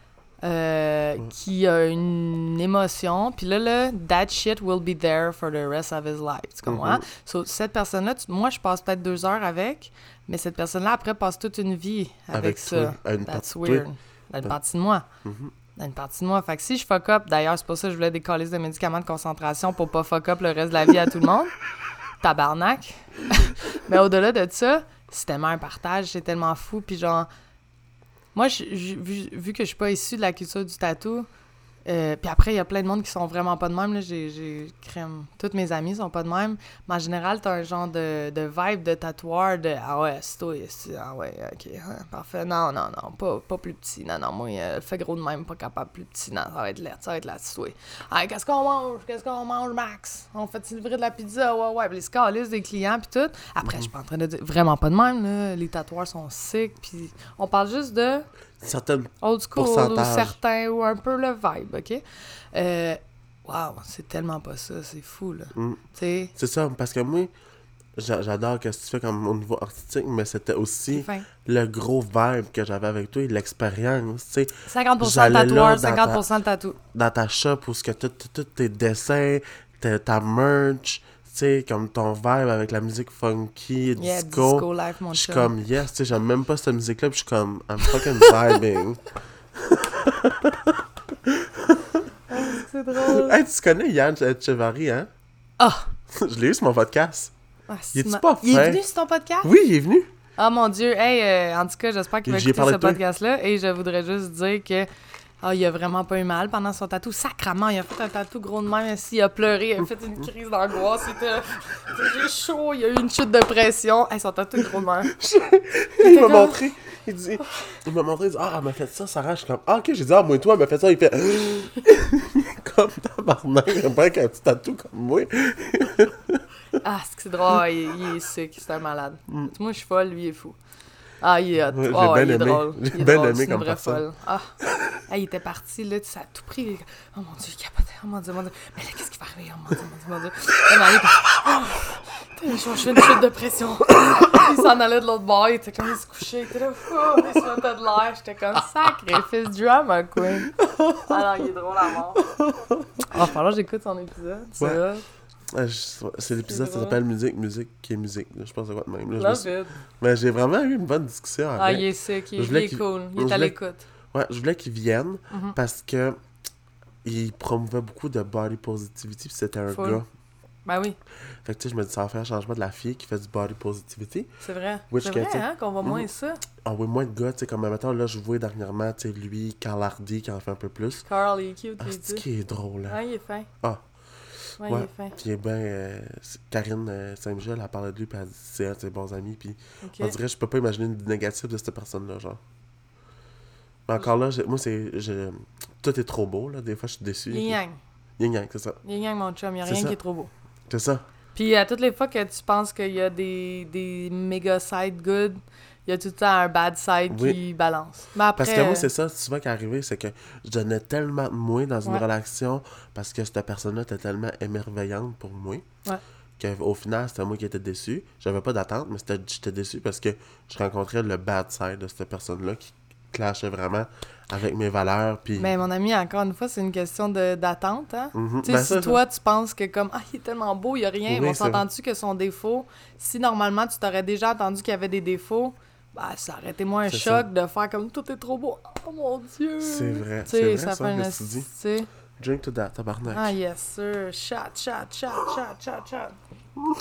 euh, Ouais. qui a une émotion. Puis là, là, that shit will be there for the rest of his life. Tu comprends? Mhm. So, cette personne-là, tu- moi, je passe peut-être deux heures avec, mais cette personne-là, après, passe toute une vie avec, Avec ça. toi, à une That's partie de toi. weird. Dans une Ben- partie de moi. Mhm. Dans une partie de moi. Fait que si je fuck up, d'ailleurs, c'est pour ça que je voulais des calices de médicaments de concentration pour pas fuck up le reste de la vie à tout le monde. Tabarnak. Mais au-delà de ça, c'est tellement un partage, c'est tellement fou. Puis genre, moi, je- je- vu, vu que je suis pas issue de la culture du tatou, euh, puis après, il y a plein de monde qui sont vraiment pas de même. Là, j'ai, j'ai crème. Toutes mes amies sont pas de même. Mais en général, t'as un genre de, de vibe de tatoueur de ah ouais, c'est toi, c'est ah ouais, ok, hein, parfait. Non, non, non, pas, pas plus petit. Non, non, moi, euh, fais gros de même, pas capable plus petit. Non, ça va être laid, ça va être là, c'est toi. Ah, qu'est-ce qu'on mange? Qu'est-ce qu'on mange, Max? On fait livrer de la pizza? Ouais, ouais. Puis les scalistes des clients, puis tout. Après, je suis pas en train de dire vraiment pas de même, là. Les tatoueurs sont sick, puis on parle juste de Certaines... old school ou Pourcentage. certains ou un peu le vibe, OK? Euh, wow, c'est tellement pas ça, c'est fou, là. Mm. Tu sais, C'est ça, parce que moi, j'a- j'adore ce que tu fais comme au niveau artistique, mais c'était c'est aussi fin. le gros vibe que j'avais avec toi et l'expérience, tu sais. cinquante pour cent de J'allais là tatoueur, dans cinquante pour cent de tatou. Dans ta shop où ce que tout, tout, tout tes dessins, ta, ta merch, tu sais, comme ton vibe avec la musique funky, Yeah, disco. disco life, mon Je suis chum. comme, yes, tu sais, j'aime même pas cette musique-là, puis je suis comme, I'm fucking vibing. C'est drôle. Hey, tu connais Yann Echevarri, hein? Ah! Je l'ai eu sur mon podcast. Ah, Il est-tu c'est pas Il fin? est venu sur ton podcast? Oui, il est venu. Ah mon Dieu, hey, euh, en tout cas, j'espère qu'il va J'y ai écouter parlé ce de toi. podcast-là et je voudrais juste dire que ah, il a vraiment pas eu mal pendant son tatou. Sacrement, il a fait un tatou gros de même, il a pleuré, il a fait une crise d'angoisse, il était j'ai chaud, il a eu une chute de pression. Hey, son tatou est gros de même. Il m'a comme- montré. Il dit, il m'a montré, il dit, ah, elle m'a fait ça, Sarah. Je suis comme, ah, ok, j'ai dit, ah, moi et toi, elle m'a fait ça. Il fait, comme tabarnak, il a pas un petit tatou comme moi. Ah, c'est que c'est drôle, il, il est sick, c'est un malade. Moi, je suis folle, lui, il est fou. Ah, il est hot. Ouais, j'ai Oh, bien il est aimé. drôle. J'ai Il est bien drôle, aimé c'est une comme vraie personne. folle. Ah, Ah, il était parti, là, ça a tout pris. Oh mon Dieu, il capotait. Oh mon Dieu, mon Dieu. Mais là, qu'est-ce qui va arriver? Oh mon Dieu, mon Dieu, mon Dieu. Là, Marie, oh, je je fais une chute de pression. Il s'en allait de l'autre bord, il était comme, il se couchait, il était là, oh, il se mettait de l'air. J'étais comme, sacrifice drama queen. Alors, il est drôle à mort. Ah, falloir que j'écoute son épisode. C'est Ouais. vrai. Ah, je- C'est l'épisode, ça drôle. s'appelle Musique, musique qui est musique. là. Je pense à quoi de même. là. Je me Love suis- it. Mais j'ai vraiment eu une bonne discussion avec. Ah, il est sick, il Je est, voulais il est qu'il- cool, il je est à voulais- l'écoute. Ouais, je voulais qu'il vienne Mhm. parce que il promouvait beaucoup de body positivity, puis c'était un Full. gars. Ben oui, Fait que tu sais, je me dis, ça va faire un changement de la fille qui fait du body positivity. c'est vrai. Which C'est que, vrai, tu sais, hein, qu'on voit moins mhm. ça. Ah oui, moins de gars, tu sais, comme maintenant, là, je vois dernièrement, tu sais, lui, Carl Hardy qui en fait un peu plus. Carl, il est cute, Ah, il est c'est dit. qui est drôle, hein. Ouais, il est fin. Ah. Ouais, Ouais. il est fin. Puis, eh ben, euh, c'est- Karine euh, Saint-Michel, elle parlait de lui, puis elle dit, c'est un de ses bons amis, puis Ok. on dirait, je peux pas imaginer une négative de cette personne-là, genre. Mais encore là, j'ai- moi, c'est. je- Tout est trop beau, là. Des fois, je suis déçu. Yin yang. Yin yang, c'est ça. Yin yang, mon chum, il y a C'est rien ça. qui est trop beau. C'est ça. Puis à toutes les fois que tu penses qu'il y a des, des méga sides good, il y a tout le temps un bad side Oui. qui balance. Mais après, Parce que moi, c'est ça, souvent qui est arrivé, c'est que je donnais tellement de moi dans une Ouais. relation parce que cette personne-là était tellement émerveillante pour moi Ouais. qu'au final, c'était moi qui étais déçu. J'avais pas d'attente, mais c'était, j'étais déçu parce que je rencontrais le bad side de cette personne-là qui clashait vraiment avec mes valeurs. Puis... Mais mon ami, encore une fois, c'est une question de, d'attente, hein? Mm-hmm. Tu sais, Ben, si ça, toi, tu penses que comme, ah, il est tellement beau, il y a rien, Oui, mais on c'est s'entend-tu que son défaut, si normalement tu t'aurais déjà entendu qu'il y avait des défauts, bah, ça aurait été moins un C'est choc ça. de faire comme, tout est trop beau, oh mon Dieu! C'est vrai, Tu c'est sais, vrai ça ça, fait une... que tu dis. tu sais. Drink to that, tabarnak. Ah, yes, sir. Shot, shot, shot, shot, shot, shot.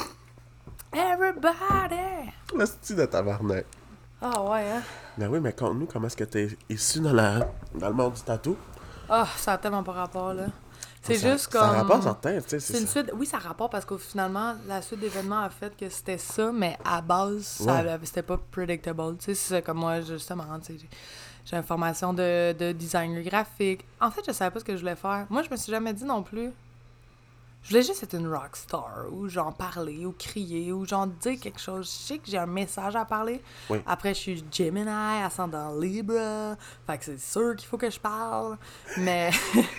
Everybody! L'hostie de tabarnak. Ah, ouais, hein? Ben oui, mais conte-nous comment est-ce que t'es issu dans, la... dans le monde du tatou. Ah, ça a tellement pas rapport, là. C'est Ça- juste comme... Ça rapporte certain, tu sais. C'est une ça. suite... Oui, ça rapporte parce que finalement, la suite d'événements a fait que c'était ça, mais à base, ça, Ouais. c'était pas predictable. Tu sais, c'est comme moi, justement, tu sais, j'ai- j'ai une formation de, de designer graphique. En fait, je savais pas ce que je voulais faire. Moi, je me suis jamais dit non plus. Je voulais juste être une rockstar, ou genre parler, ou crier, ou genre dire quelque chose. Je sais que j'ai un message à parler. Oui. Après, je suis Gemini, ascendant Libra. Fait que c'est sûr qu'il faut que je parle. Mais...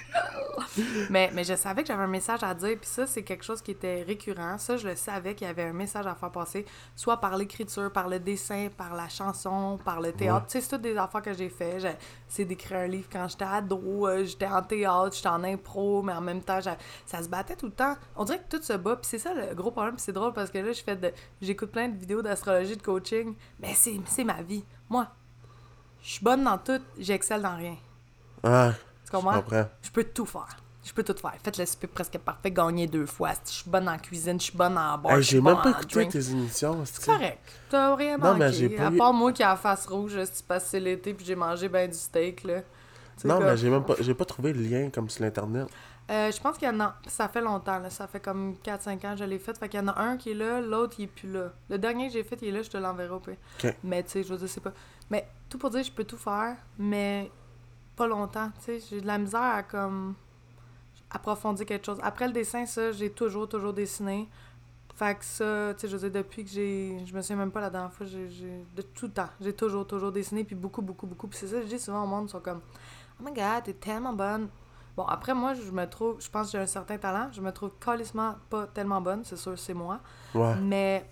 mais, mais je savais que j'avais un message à dire, puis ça, c'est quelque chose qui était récurrent. Ça, je le savais qu'il y avait un message à faire passer, soit par l'écriture, par le dessin, par la chanson, par le théâtre. Ouais. Tu sais, c'est toutes des affaires que j'ai fait. J'ai- C'est d'écrire un livre quand j'étais ado, euh, j'étais en théâtre, j'étais en impro, mais en même temps, j'ai- ça se battait tout le temps. On dirait que tout se bat, puis c'est ça le gros problème, puis c'est drôle parce que là, je fais de... j'écoute plein de vidéos d'astrologie, de coaching, mais c'est, c'est ma vie. Moi, je suis bonne dans tout, j'excelle dans rien. Ah, Tu comprends? je comprends. Je peux tout faire. Je peux tout faire. Faites le souper presque parfait, gagner deux fois. Je suis bonne en cuisine, je suis bonne en bar, Hey, je suis j'ai même bonne pas en écouté drink. tes émissions. C'est correct. T'as rien Non, mais manqué. j'ai pas À eu- part moi qui a la face rouge, c'est parce que c'est l'été puis j'ai mangé ben du steak, là. Tu sais, Non, comme- mais j'ai même pas, j'ai pas trouvé le lien comme sur l'Internet. Euh, je pense qu'il y en a... Ça fait longtemps, là. Ça fait comme quatre cinq ans que je l'ai fait. Fait qu'il y en a un qui est là, l'autre, il est plus là. Le dernier que j'ai fait, il est là, je te l'enverrai au pire. OK. Mais, tu sais, je veux dire, c'est pas... Mais, tout pour dire, je peux tout faire, mais pas longtemps, tu sais. J'ai de la misère à, comme... approfondir quelque chose. Après le dessin, ça, j'ai toujours, toujours dessiné. Fait que ça, tu sais, je veux dire, depuis que j'ai... Je me souviens même pas la dernière fois, j'ai... j'ai- De tout le temps, j'ai toujours, toujours dessiné, puis beaucoup, beaucoup, beaucoup. Puis c'est ça, je dis souvent au monde, ils sont comme... Oh my God, t'es tellement bonne. Bon, après, moi, je me trouve... Je pense que j'ai un certain talent. Je me trouve calissement pas tellement bonne, c'est sûr, c'est moi. Ouais. Mais...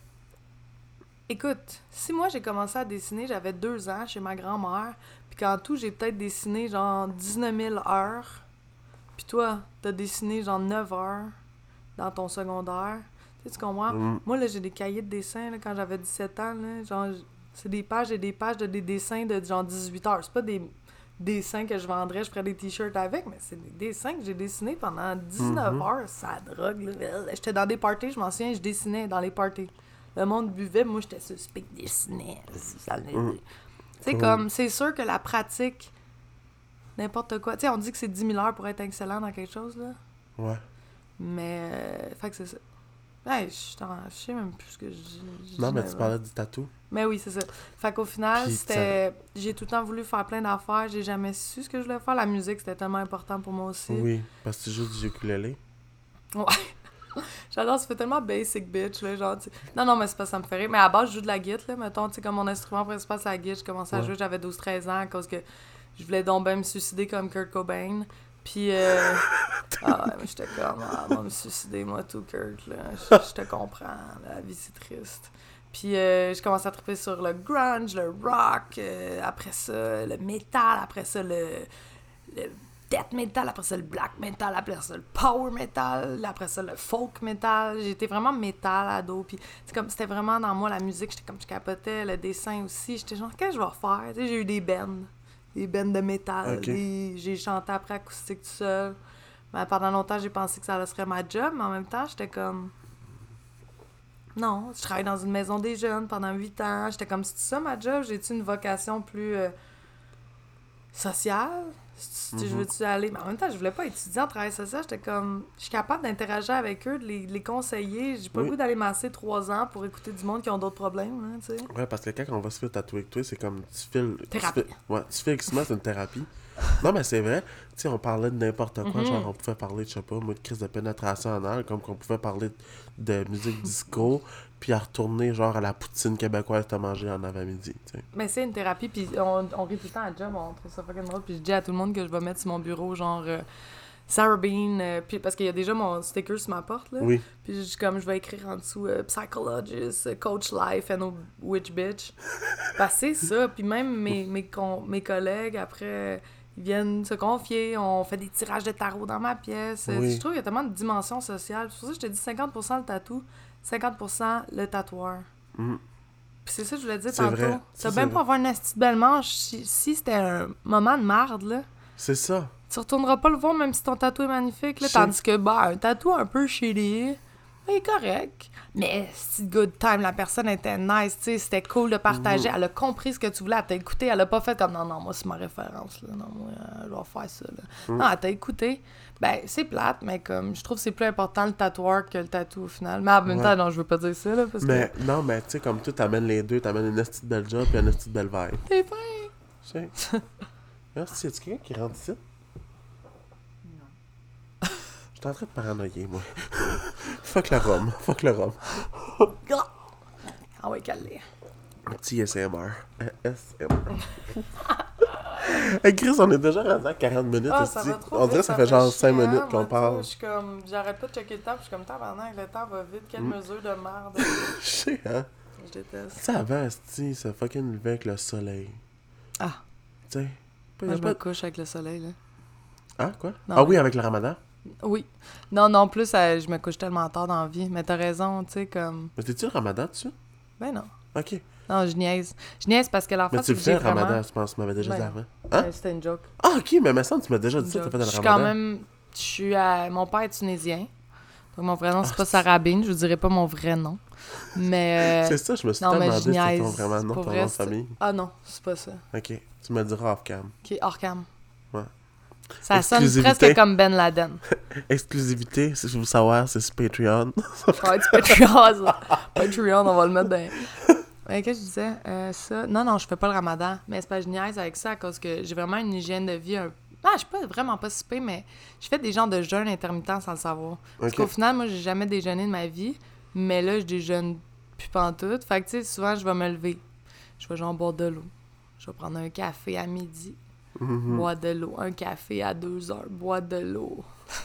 Écoute, si moi, j'ai commencé à dessiner, j'avais deux ans chez ma grand-mère, puis qu'en tout, j'ai peut-être dessiné, genre, dix-neuf mille heures. Puis toi, t'as dessiné, genre, neuf heures dans ton secondaire. Tu sais, tu comprends? Mm. Moi, là, j'ai des cahiers de dessin, là, quand j'avais dix-sept ans, là, genre, j- c'est des pages et des pages de des dessins de, genre, dix-huit heures. C'est pas des dessins que je vendrais, je ferais des t-shirts avec, mais c'est des dessins que j'ai dessinés pendant dix-neuf Mhm. heures. Ça drogue, là. J'étais dans des parties, je m'en souviens, je dessinais dans les parties. Le monde buvait, moi, j'étais suspect de dessiner. Ça me- Mm. Tu sais, Cool. comme, c'est sûr que la pratique, n'importe quoi. Tu sais, on dit que c'est dix mille heures pour être excellent dans quelque chose, là. Ouais. Mais, euh, fait que c'est ça. Hey, je t'en- je sais même plus ce que je je Non, dis, mais mais tu bon. parlais du tatou. Mais oui, c'est ça. Fait qu'au final, Puis c'était... J'ai tout le temps voulu faire plein d'affaires. J'ai jamais su ce que je voulais faire. La musique, c'était tellement important pour moi aussi. Oui, parce que tu joues du ukulélé. Ouais. J'adore, ça fait tellement basic bitch, là, genre, tu sais. Non, non, mais c'est pas ça me fait rire. Mais à la base, je joue de la guitare, là, mettons, tu sais, comme mon instrument principal, c'est la guitare. J'ai commencé à Ouais. jouer, j'avais douze treize ans, à cause que je voulais donc bien me suicider comme Kurt Cobain. Puis, euh... ah ouais, mais j'étais comme, ah, moi, me suicider, moi, tout, Kurt, là. Je, je te comprends, la vie, c'est triste. Puis, euh, j'ai commencé à triper sur le grunge, le rock, euh, après ça, le metal, après ça, le... le death metal, après ça le black metal, après ça le power metal, après ça le folk metal. J'étais vraiment metal ado, puis c'est comme c'était vraiment dans moi la musique, j'étais comme je capotais, le dessin aussi, j'étais genre qu'est-ce que je vais refaire, tu sais, j'ai eu des bands, des bands de métal, Ok. des- j'ai chanté après acoustique tout seul. Mais pendant longtemps, j'ai pensé que ça serait ma job, mais en même temps, j'étais comme non, je travaille dans une maison des jeunes pendant huit ans, j'étais comme c'est ça ma job, j'ai-tu une vocation plus euh, sociale? Si tu Mhm. je veux-tu aller? Mais en même temps, je voulais pas étudier en travail social. J'étais comme... Je suis capable d'interagir avec eux, de les, de les conseiller. J'ai pas Oui. le goût d'aller masser trois ans pour écouter du monde qui ont d'autres problèmes, hein, tu sais. Ouais, parce que quand on va se faire tatouer avec toi, c'est comme tu files. tu Thérapie. fais- Ouais, tu fais X-Men, c'est une thérapie. Non, mais c'est vrai. Tu sais, on parlait de n'importe quoi. Mhm. Genre, on pouvait parler, je sais pas, moi, de crise de pénétration anale, comme qu'on pouvait parler de musique disco, puis à retourner, genre, à la poutine québécoise que t'as mangé en avant-midi, tu sais. Mais c'est une thérapie, puis on, on rit tout le temps à job, on trouve ça fucking drôle. Puis je dis à tout le monde que je vais mettre sur mon bureau, genre... euh, Sarah Bean, euh, puis parce qu'il y a déjà mon sticker sur ma porte, là. Oui. Puis je, comme je vais écrire en dessous euh, psychologist, euh, coach life and a witch bitch. Parce que c'est ça. Puis même mes, mes, con- mes collègues, après, ils viennent se confier. On fait des tirages de tarot dans ma pièce. Oui. Je trouve qu'il y a tellement de dimensions sociales. C'est pour ça que je te dis cinquante pour cent le tatou, cinquante pour cent le tatoueur. Mm. Puis c'est ça que je voulais dire C'est tantôt. vrai. Ça Ça, va même c'est pas avoir une petite belle manche si, si c'était un moment de marde, là. C'est ça. Tu retourneras pas le voir même si ton tatou est magnifique, là. Je Tandis que, bah, un tatou un peu shitty, il est correct. Mais si good time, la personne était nice, tu sais, c'était cool de partager. Mm. Elle a compris ce que tu voulais, elle t'a écouté. Elle a pas fait comme, non, non, moi, c'est ma référence, là. Non, moi, euh, je vais faire ça, là. Mm. Non, elle t'a écouté. Ben, c'est plate, mais comme, je trouve que c'est plus important le tatoueur que le tatou, au final. Mais en même Ouais. temps, non, je veux pas dire ça, là, parce Mais que... non, mais tu sais, comme toi, t'amènes les deux, t'amènes une petite belle job et une petite belle vibe. T'es fin! Tu sais. Merci, y'a-tu quelqu'un qui rentre ici? Non. Je suis en train de paranoïer, moi. Fuck le rhum. Fuck le rhum. Ah ouais, calé. Un petit S M R. Euh, S M R. Hey Chris, on est déjà rendu à quarante minutes. Ah, esti. ça va trop on vite, dirait que ça fait genre cinq chiant, minutes moi, qu'on tu parle. sais, Je suis comme, j'arrête pas de checker le temps, puis je suis comme tabarnak, le temps va vite, quelle Mm. mesure de merde. Je sais, hein. Je déteste. Tu sais, avant, esti, ça fucking levait avec le soleil. Ah, Tu sais. Pas- moi je pas- me couche avec le soleil, là. Ah, quoi? Non, ah mais- oui, avec le ramadan. Oui. Non, non, plus, euh, je me couche tellement tard dans la vie, mais t'as raison, tu sais, comme... Mais t'es-tu le ramadan dessus? Ben non. Ok. Non, je niaise. Je niaise parce que Mais l'enfant, tu c'est le que fais j'ai le ramadan, vraiment... je pense, tu m'avais déjà Ben dit non. avant. Hein? Euh, C'était une joke. Ah, ok, mais me semble que tu m'as déjà dit Une ça, t'as joke. fait dans Je le suis ramadan. quand même... Je suis à... Mon père est tunisien. Donc mon vrai nom, c'est Ah, pas Sarah Bean, je vous dirais pas mon vrai nom. Mais... euh, C'est ça, je me suis non, mais demandé je si c'était ton niaise. vraiment nom, Pour ton vrai, nom de c'est- famille. Ah non, c'est pas ça. Ok, tu me diras off-cam. Ok, hors cam. Ouais. Ça sonne Exclusivité. presque comme Ben Laden. Exclusivité, si je veux savoir, c'est sur Patreon. Ouais, du Patreon. ça. Patreon, on va le mettre dans... Ouais, qu'est-ce que je disais? Euh, ça... Non, non, je fais pas le ramadan. Mais c'est pas que je niaise avec ça à cause que j'ai vraiment une hygiène de vie un... Ah, je suis pas vraiment pas si pire, mais je fais des genres de jeûnes intermittents sans le savoir. Parce Ok. qu'au final, moi, j'ai jamais déjeuné de ma vie, mais là, je déjeune plus pantoute. Fait que, tu sais, souvent, je vais me lever. Je vais genre boire de l'eau. Je vais prendre un café à midi. Mhm. Boire de l'eau. Un café à deux heures. Boire de l'eau.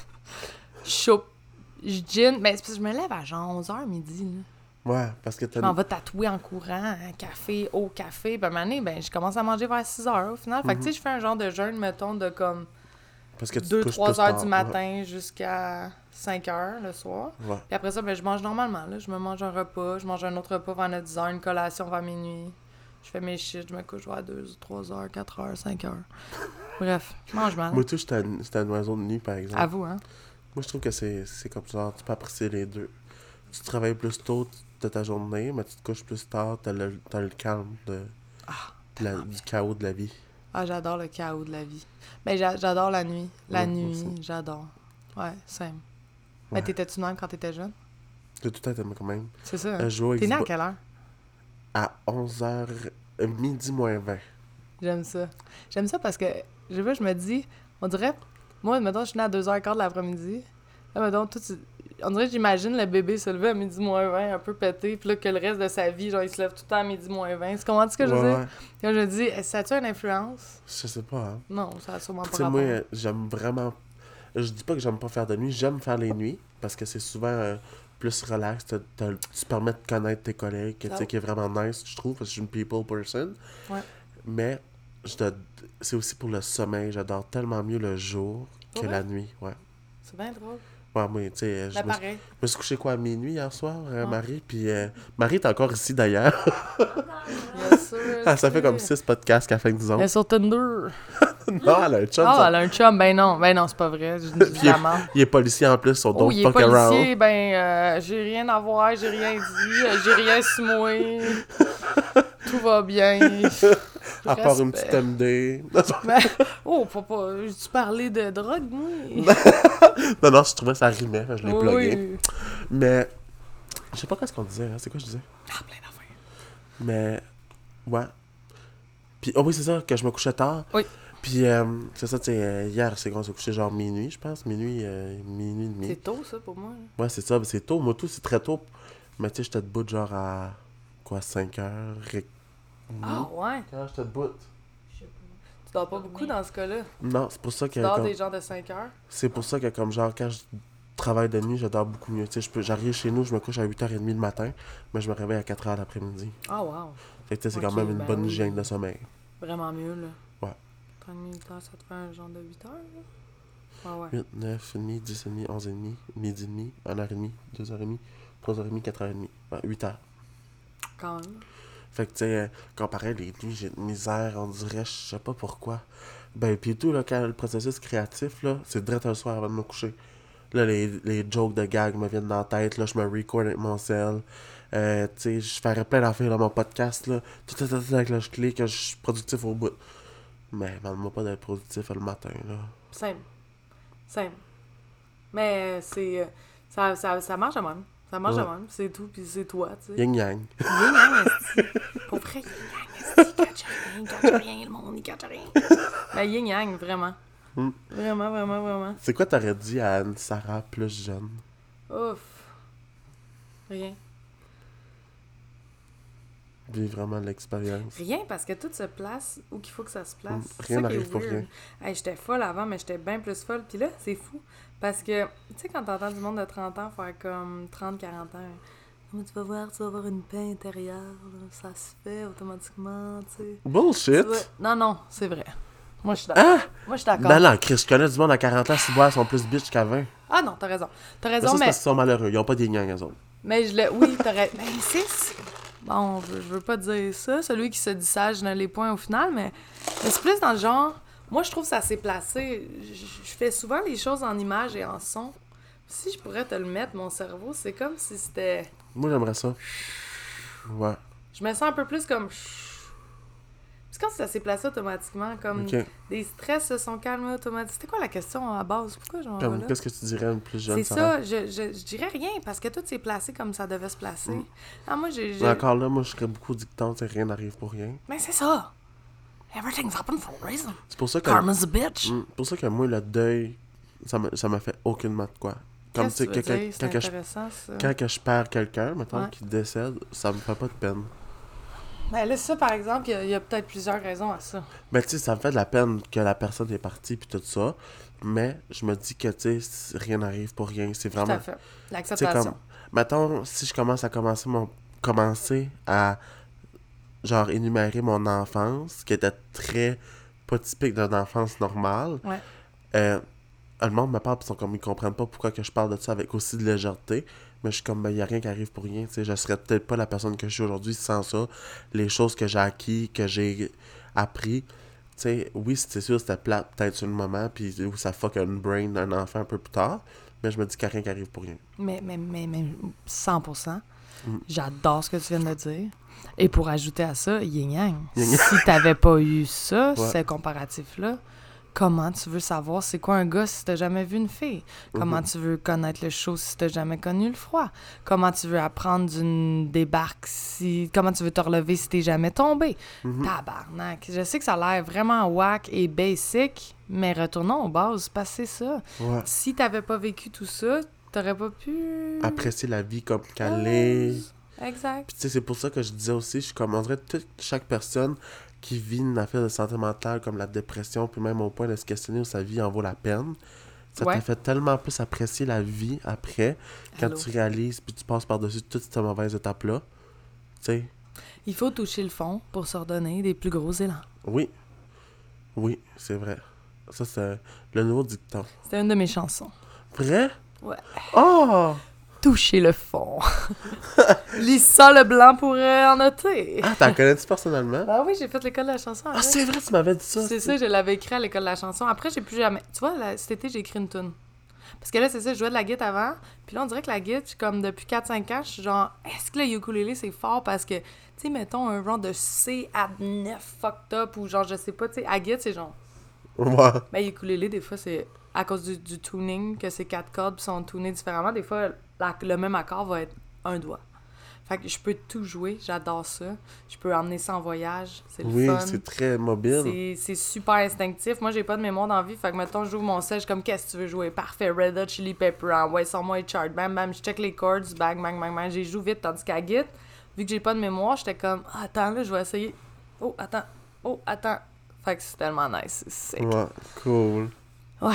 Chaud. Je gin. Mais c'est parce que je me lève à genre onze heures midi, là. Ouais, parce que Je t'as... m'en vais tatouer en courant, un café, au café. Puis à un moment donné, ben, je commence à manger vers six heures au final. Fait que, tu sais, je fais un genre de jeûne, mettons, de comme Parce que tu te deux couches trois plus heures tard. du matin jusqu'à cinq heures le soir. Ouais. Puis après ça, ben, je mange normalement. Là. Je me mange un repas, je mange un autre repas vers dix heures, une collation vers minuit. Je fais mes shit, je me couche vers deux, trois heures, quatre heures, cinq heures. Bref, je mange mal. Moi, tout, j'étais un, j'étais un oiseau de nuit, par exemple. À vous, hein? Moi, je trouve que c'est, c'est comme ça, tu peux apprécier les deux. Tu travailles plus tôt de ta journée, mais tu te couches plus tard, t'as le, t'as le calme de, Ah, de la- du chaos de la vie. Ah, j'adore le chaos de la vie. Mais j'a- j'adore la nuit. La Ouais, moi nuit, aussi. j'adore. Ouais, simple. Ouais. Mais t'étais-tu de même quand t'étais jeune? De tout à quand même. C'est ça, hein? Euh, je joue T'es né à Xbox- quelle heure? à onze heures, euh, midi moins vingt. J'aime ça. J'aime ça parce que, je sais pas, je me dis, on dirait, moi, mettons, je suis née à deux heures quinze de l'après-midi. Là, mettons, tout, on dirait que j'imagine le bébé se lever à midi moins vingt, un peu pété, puis là, que le reste de sa vie, genre, il se lève tout le temps à midi moins vingt. Tu comprends ce que je veux Ouais, dire? ouais. Quand je me dis, ça a-tu une influence? Je sais pas, hein. Non, ça a sûrement Tu pas sais, rapport. moi, euh, j'aime vraiment... Je dis pas que j'aime pas faire de nuit, j'aime faire les nuits, parce que c'est souvent euh, plus relax, t'as- t'as- tu permets de connaître tes collègues, que, tu sais, Ah. qui est vraiment nice, je trouve, parce que je suis une people person. Ouais. Mais je te- c'est aussi pour le sommeil, j'adore tellement mieux le jour que Ouais. la nuit, ouais. C'est bien drôle. Ouais, moi, tu sais, je Ben, me, suis- pareil. me suis couché quoi à minuit hier soir, euh, Ouais. Marie, puis euh, Marie est encore ici d'ailleurs. Bien sûr. Ah, ça fait tu comme sais. six podcasts qu'elle fait que Elle disons. est sur Tinder. Non, elle a un chum, Ah, ça- elle a un chum. Ben non, ben non, c'est pas vrai. Je dis Puis il, est, vraiment. il est policier en plus, so Oh, don't il est fuck policier, around. ben, euh, j'ai rien à voir, j'ai rien dit, euh, j'ai rien sur moi. Tout va bien. À part une Respect. petite M D. Ben, oh, papa, j'ai-tu parlé de drogue, moi? Non, non, je trouvais que ça rimait, fait que je l'ai plugué. Oui. Mais, je sais pas qu'est-ce qu'on disait, hein. C'est quoi je disais? Ah, plein d'affaires. Mais, ouais. Puis, oh oui, c'est ça, que je me couchais tard. Oui. Puis, euh, c'est ça, tu sais, euh, hier, c'est qu'on s'est couché genre minuit, je pense. Minuit, euh, minuit et demi. C'est tôt, ça, pour moi. Ouais, c'est ça, c'est tôt. Moi, tout, c'est très tôt. Mais, tu sais, j'étais debout genre à, quoi, cinq heures. et- Ah, ouais. Quand j'étais debout? Je sais pas. Tu dors pas beaucoup dans ce cas-là. Non, c'est pour ça que... Tu dors comme- des gens de cinq heures. C'est pour ça que, comme genre, quand je travaille de nuit, je dors beaucoup mieux. Tu sais, je peux- j'arrive chez nous, je me couche à huit heures trente le matin, mais je me réveille à quatre heures l'après-midi. Ah, wow. Fait que, tu sais, c'est Ok, quand même une ben bonne oui. hygiène de sommeil. Vraiment mieux, là. Ouais. trente minutes, ça te fait un genre de huit heures, là? Ah ouais. huit, neuf, dix, dix et demi, onze et demi, midi et demi, une heure trente, deux heures trente, trois heures trente, quatre heures trente. Ouais, huit heures. Quand même. Fait que, tu sais, euh, comparé les nuits, j'ai de misère, on dirait, je sais pas pourquoi. Ben, pis tout, là, quand le processus créatif, là, c'est direct un soir avant de me coucher. Là, les, les jokes de gag me viennent dans la tête, là, je me record avec mon sel. Euh, tu sais, je ferais plein d'affaires dans mon podcast, là. Tout, tout, tout, tout avec la clé, que je suis productif au bout. Mais, demande-moi pas d'être productif le matin, là. Simple. Simple. Mais euh, c'est... euh, ça, ça, ça marche de même. Ça marche Ouais. de même. C'est tout, puis c'est toi, tu sais. Yin yang. Yin yang, esti. Pour vrai, yin yang, esti. Catch rien, catch rien, le monde, il catch rien. Mais yin yang, vraiment. Mm. Vraiment, vraiment, vraiment. C'est quoi t'aurais dit à une Sarah plus jeune? Ouf. Rien. Vivre vraiment l'expérience. Rien, parce que tout se place où qu'il faut que ça se place. Mm, C'est rien ça qui n'arrive est pour weird. rien. Hey, j'étais folle avant, mais j'étais bien plus folle. Puis là, c'est fou. Parce que, tu sais, quand t'entends du monde de trente ans faire comme trente quarante ans, mais tu vas voir, tu vas avoir une paix intérieure, là, ça se fait automatiquement, tu sais. Bullshit! Tu vois- Non, non, c'est vrai. Moi, je suis d'accord. Ah! Moi, je suis d'accord. Non, non, Chris, je connais du monde à quarante ans, si boire, ils sont plus bitch qu'à vingt. Ah non, t'as raison. T'as Mais raison, ça, c'est mais... parce qu'ils sont malheureux. Ils ont pas des gangs, eux autres. Mais je le... Oui, t'aurais... Mais c'est... Bon, je, je veux pas dire ça, celui qui se dit sage dans les points au final, mais, mais c'est plus dans le genre... Moi, je trouve que ça s'est placé. Je, je fais souvent les choses en images et en son. Si je pourrais te le mettre, mon cerveau, c'est comme si c'était... Moi, j'aimerais ça. Ouais. Je me sens un peu plus comme... C'est comme si ça s'est placé automatiquement, comme Ok. des stress se sont calmés automatiquement. C'était quoi la question à base? Pourquoi j'en vais Comme, là? qu'est-ce que tu dirais à une plus jeune, C'est Sarah? ça, je, je, je dirais rien, parce que tout s'est placé comme ça devait se placer. Mm. Ah, moi, j'ai... j'ai- Mais encore là, moi, je serais beaucoup dictante, c'est rien n'arrive pour rien. Mais c'est ça! Everything's happened for a reason. C'est pour ça que... Karma's a bitch. Mm, pour ça que moi, le deuil, ça m'a ça m'a fait aucunement de quoi. Comme, Qu'est-ce que tu veux tu sais, dire? quand, C'est quand, que je, intéressant, ça. quand que je perds quelqu'un, mettons, Ouais. qui décède, ça me fait pas de peine. Ben là, ça, par exemple, il y a, il y a peut-être plusieurs raisons à ça. Ben, tu sais, ça me fait de la peine que la personne est partie puis tout ça, mais je me dis que, tu sais, rien n'arrive pour rien. C'est Tout à vraiment... fait. Tu sais, L'acceptation. comme... Mettons, si je commence à commencer mon... commencer à, genre, énumérer mon enfance, qui était très pas typique d'une enfance normale, Ouais. euh, le monde me parle pis ils sont comme, ils comprennent pas pourquoi que je parle de ça avec aussi de légèreté, mais je suis comme, ben, y a rien qui arrive pour rien, tu sais, je serais peut-être pas la personne que je suis aujourd'hui sans ça, les choses que j'ai acquis, que j'ai appris, tu sais, oui, c'est sûr, c'était plate peut-être sur le moment, puis où ça fuck un brain d'un enfant un peu plus tard, mais je me dis qu'il y a rien qui arrive pour rien. Mais, mais, mais, mais, cent pour cent. Mm. J'adore ce que tu viens de dire. Et pour ajouter à ça, yin yang. Yin yang. Si t'avais pas eu ça, Ouais. ce comparatif-là, comment tu veux savoir c'est quoi un gars si t'as jamais vu une fille? Comment Mhm. tu veux connaître le chaud si t'as jamais connu le froid? Comment tu veux apprendre d'une débarque si... Comment tu veux te relever si t'es jamais tombé? Mhm. Tabarnak! Je sais que ça a l'air vraiment whack et basic, mais retournons aux bases, parce que c'est ça. Ouais. Si t'avais pas vécu tout ça, t'aurais pas pu... Apprécier la vie comme qu'elle est. Exact. Puis tu sais, c'est pour ça que je disais aussi, je commanderais toute chaque personne qui vit une affaire de santé mentale comme la dépression, puis même au point de se questionner où sa vie en vaut la peine. Ça Ouais. t'a fait tellement plus apprécier la vie après, quand Allô? tu réalises, puis tu passes par-dessus toutes ces mauvaises étapes-là. Tu sais, Il faut toucher le fond pour se redonner des plus gros élans. oui. Oui, c'est vrai. Ça, c'est le nouveau dicton. C'était une de mes chansons. Vrai? Ouais. Oh! Toucher le fond. Lisa Leblanc pourrait en noter. Ah, t'en connais-tu personnellement? Ah oui, j'ai fait l'école de la chanson. Ah, avec. c'est vrai, tu m'avais dit ça. C'est ça, je l'avais écrit à l'école de la chanson. Après, j'ai plus jamais... Tu vois, là, cet été, j'ai écrit une tune. Parce que là, c'est ça, je jouais de la guitare avant. Puis là, on dirait que la guitare, comme depuis quatre cinq ans, je suis genre, est-ce que le ukulélé, c'est fort? Parce que, tu sais, mettons un genre de C à neuf fucked up ou genre, je sais pas, tu sais, à guitare, c'est genre... Ouais. Ben, ukulélé, des fois, c'est à cause du, du tuning, que ces quatre cordes sont tunées différemment. Des fois, la- le même accord va être un doigt. Fait que je peux tout jouer, j'adore ça. Je peux emmener ça en voyage, c'est le Oui, fun. c'est très mobile. C'est, c'est super instinctif. Moi, j'ai pas de mémoire d'envie. Fait que, mettons, j'ouvre mon sel, je suis comme, qu'est-ce que tu veux jouer? Parfait, Red Hot Chili Pepper, hein. Ouais, sors-moi les charts. Bam, bam, je check les chords, bang, bang, bang, bang. J'ai joue vite, tandis qu'à Git, vu que j'ai pas de mémoire, j'étais comme, ah, attends, là, je vais essayer. Oh, attends. Oh, attends. Fait que c'est tellement nice. C'est sick. Ouais, cool. Ouais.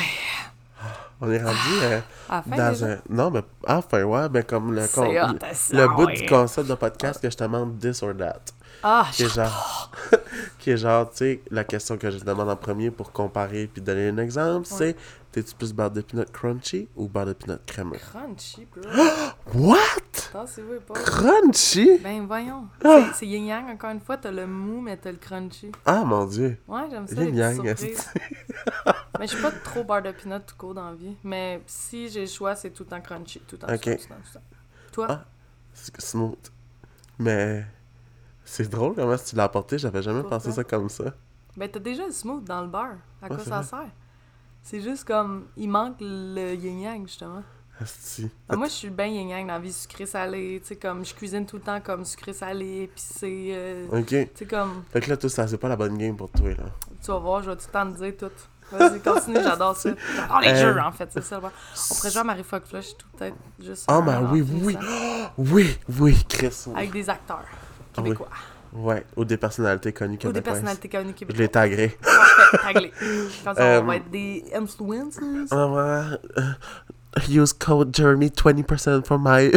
On est rendu euh, À la fin, dans déjà? un... Non, mais enfin, ouais, ben comme le, con... C'est hot, le, ça, le bout ouais. du concept de podcast que je te demande this or that. Ah, Qui est j'adore. genre, qui est genre, tu sais, la question que je demande en premier pour comparer puis donner un exemple, Ouais. c'est t'es-tu plus beurre de peanut crunchy ou beurre de peanut crémeux? Crunchy, bro. What? Attends-vous pas. Crunchy? Ben voyons. Ah. C'est- C'est yin-yang, encore une fois. T'as le mou, mais t'as le crunchy. Ah, mon Dieu. Ouais, j'aime ça, les Yin-yang, petites surprises. esti. Mais je suis pas trop beurre de peanut tout court dans la vie. Mais si j'ai le choix, c'est tout le temps crunchy. Tout le temps, Ok. tout le temps, tout le temps, tout le temps. Toi? Ah. C'est smooth. Mais c'est drôle comment tu l'as apporté, j'avais jamais Pourquoi? pensé ça comme ça. Ben t'as déjà le smooth dans le beurre. À quoi c'est ça vrai. sert? C'est juste comme... Il manque le yin-yang, justement. Asti. Ben, moi, je suis bien yin-yang dans la vie sucré-salé. Tu sais, comme je cuisine tout le temps comme sucré-salé, épicé. Euh, Ok. Tu sais, comme... Fait que là, tout ça, c'est pas la bonne game pour toi, là. Tu vas voir, je vais tout le temps te dire tout. Vas-y, continue, j'adore ça. J'adore les Euh, jeux, en fait, c'est ça. le- On pourrait jouer à Marie Fuck Flush, tout peut-être juste... Ah, un ben en oui, finissant. oui. Oui, oui, Chris. oui. Avec des acteurs Ah oui. québécois. Ouais, ou des personnalités connues Ou des québécoises. personnalités connues Je québécoises. l'ai tagué. Parfait, taglé. Comme ça, Euh, on va être des influencers. Ah ouais. euh, use code Jeremy twenty percent for my...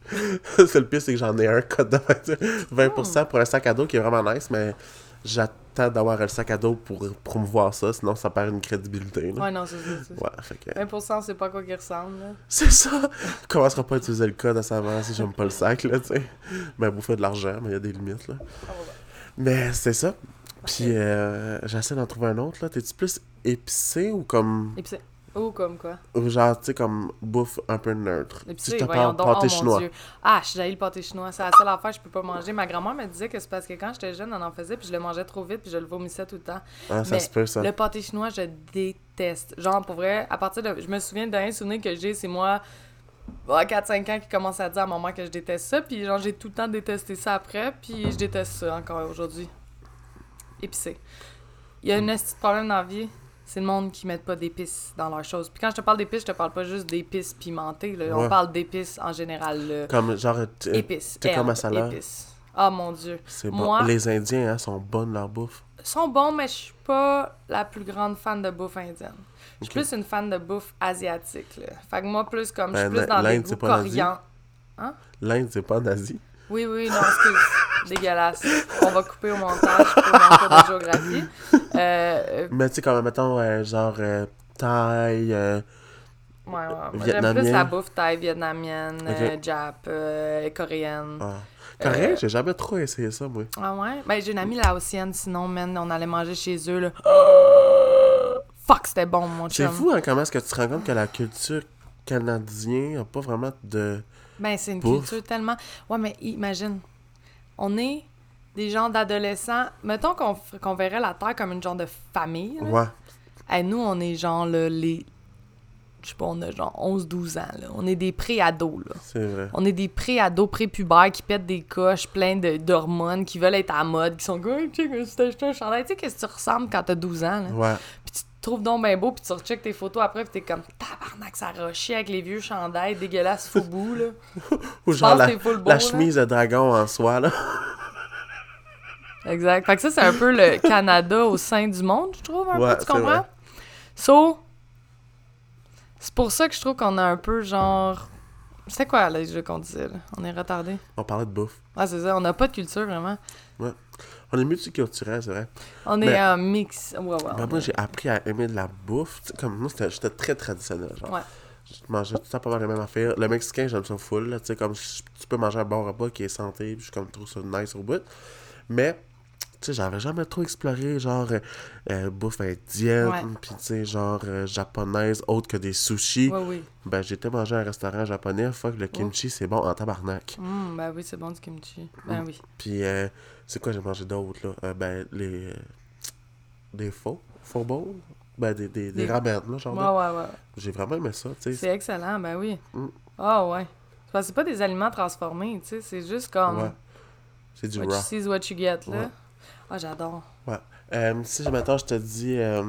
c'est le pire, c'est que j'en ai un code de vingt pour cent pour un sac à dos qui est vraiment nice, mais j'attends d'avoir le sac à dos pour promouvoir ça, sinon ça perd une crédibilité. Là. Ouais, non, c'est ça. c'est ça. Ouais, fait que... vingt pour cent, on sait pas à quoi qu'il ressemble. Là. C'est ça! Je commencerai pas à utiliser le code à savoir si j'aime pas le sac, là, tu sais. Ben, bouffer de l'argent, mais il y a des limites, là. Ah, ouais. Mais c'est ça. Puis, euh, j'essaie d'en trouver un autre, là. T'es-tu plus épicé ou comme... Épicé. Ou comme quoi? Ou genre, tu sais, comme bouffe un peu neutre. Si Épicé, je te voyons parle donc. pâté Oh mon chinois. Dieu. Ah, j'ai le pâté chinois. C'est la seule affaire que je peux pas manger. Ma grand-mère me disait que c'est parce que quand j'étais jeune, on en faisait, puis je le mangeais trop vite, puis je le vomissais tout le temps. Ah, ça Mais se peut, ça. Le pâté chinois, je déteste. Genre, pour vrai, à partir de... Je me souviens d'un souvenir que j'ai, c'est moi... à quatre cinq ans qui commence à dire à maman que je déteste ça, puis genre j'ai tout le temps détesté ça après, puis je déteste ça encore aujourd'hui. Épicé. Il y a un petit problème dans la vie, c'est le monde qui met pas d'épices dans leurs choses. Puis quand je te parle d'épices, je te parle pas juste d'épices pimentées, là. Ouais. On parle d'épices en général, là. Comme, genre, t- Épices. t'es comme herbes, masala. épices. Ah mon Dieu. C'est bon. Moi- Les Indiens, hein, sont bonnes, leur bouffe. Ils sont bons, mais je suis pas la plus grande fan de bouffe indienne. Je suis Ok. plus une fan de bouffe asiatique, là. Fait que moi, plus comme, je suis Ben, plus dans l'Inde, des c'est goûts pas l'Asie? coriandres. L'Inde, c'est pas en Asie. Oui, oui, non, excuse. Dégueulasse. On va couper au montage pour mon cours de géographie. Euh, euh, Mais tu sais, comme, mettons, euh, genre, euh, thaï, euh, ouais, ouais. Moi, j'aime Vietnamien. plus la bouffe thaï, vietnamienne, euh, Ok. jap, euh, coréenne. ah. Coréen, Euh, j'ai jamais trop essayé ça, moi. Ah ouais? Ben, j'ai une amie laotienne, sinon, man, on allait manger chez eux, là. Fuck, c'était bon, mon C'est chum. fou, hein, comment est-ce que tu te rends compte que la culture canadienne a pas vraiment de... Ben, c'est une Bouffe. culture tellement... Ouais, mais imagine, on est des gens d'adolescents... Mettons qu'on f- qu'on verrait la Terre comme une genre de famille, là. Ouais, Hey, nous, on est genre, là, les... Je sais pas, on a genre onze douze ans, là. On est des pré-ados, là. c'est vrai. On est des pré-ados, pré-pubères qui pètent des coches pleins de- d'hormones, qui veulent être à la mode, qui sont comme, hey, check, je me suis acheté un chandail. Tu sais, qu'est-ce que tu ressembles quand t'as douze ans, là? Ouais. Puis tu te trouves donc bien beau, puis tu recheckes tes photos après, puis t'es comme, tabarnak, ça rochait avec les vieux chandails dégueulasses faux bout, là. Ou Tu genre penses la, que t'es full beau, la là? chemise de dragon en soi, là. Exact. Fait que ça, c'est un peu le Canada au sein du monde, je trouve, un Ouais, peu, tu c'est comprends? vrai. So, c'est pour ça que je trouve qu'on a un peu genre... C'est quoi, là, les jeux qu'on disait, là? On est retardé. On parlait de bouffe. Ah, c'est ça, on n'a pas de culture, vraiment. On est multiculturel, c'est vrai. On est Mais- un mix. Ouais, ouais. Ben, on moi, est- j'ai appris à aimer de la bouffe. Tu sais, comme moi, c'était- j'étais très traditionnel. Genre. Ouais. Je mangeais tout le temps pas mal les mêmes affaires. Le mexicain, j'aime ça full. Là, tu sais, comme je- tu peux manger un bon repas qui est santé, puis je suis comme trouve ça nice au bout. Mais, tu sais, j'avais jamais trop exploré, genre, euh, euh, bouffe indienne, Ouais. puis tu sais, genre, euh, japonaise, autre que des sushis. Ouais, oui. Ben, j'étais manger à un restaurant japonais. Fuck, le kimchi, c'est bon en tabarnak. Hum, ben oui, c'est bon du kimchi. Ben Mm. oui. Puis, euh, c'est quoi j'ai mangé d'autre, là? Euh, ben, les... euh, des faux, faux bowls? Ben, des, des, des Des- ramen, là, genre. Ouais, là. ouais, ouais. J'ai vraiment aimé ça, tu sais. C'est excellent, ben oui. Mm. Ah, ouais. C'est parce que c'est pas des aliments transformés, tu sais. C'est juste comme. Ouais. C'est du What raw. you see is what you get, là. Ouais. Ah, j'adore. Ouais. Euh, si, maintenant, je te dis... Euh,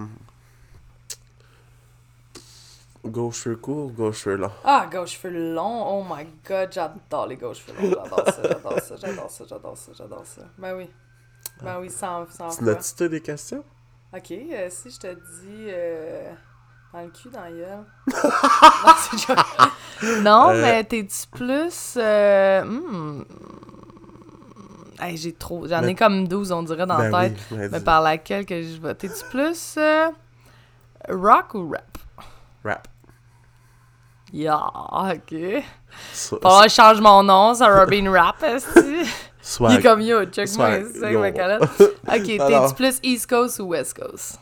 gauche cheveux courts ou gauche cheveux longs? Ah, gauche cheveux longs. Oh my god, j'adore les gauches cheveux longs. J'adore ça, j'adore ça, j'adore ça, j'adore ça, j'adore ça. Ben oui. Ben oui, sans, sans Tu foi. n'as-tu toi, des questions? Ok, euh, si je te dis euh, dans le cul, dans la gueule. Non, c'est joke. Non, Euh. mais t'es-tu plus. Euh, hmm. Hey, j'ai trop. J'en ai Mais- comme douze, on dirait, dans Ben la tête. oui, mais Mais dis- par laquelle que je vais. T'es-tu plus euh, rock ou rap? Rap. Yeah, ok. So- Pas je change mon nom, ça Robin Rap, est-ce Il Swag. est comme yo, check-moi Swag, ici, avec yo. ma calotte. Ok, Alors. t'es-tu plus East Coast ou West Coast?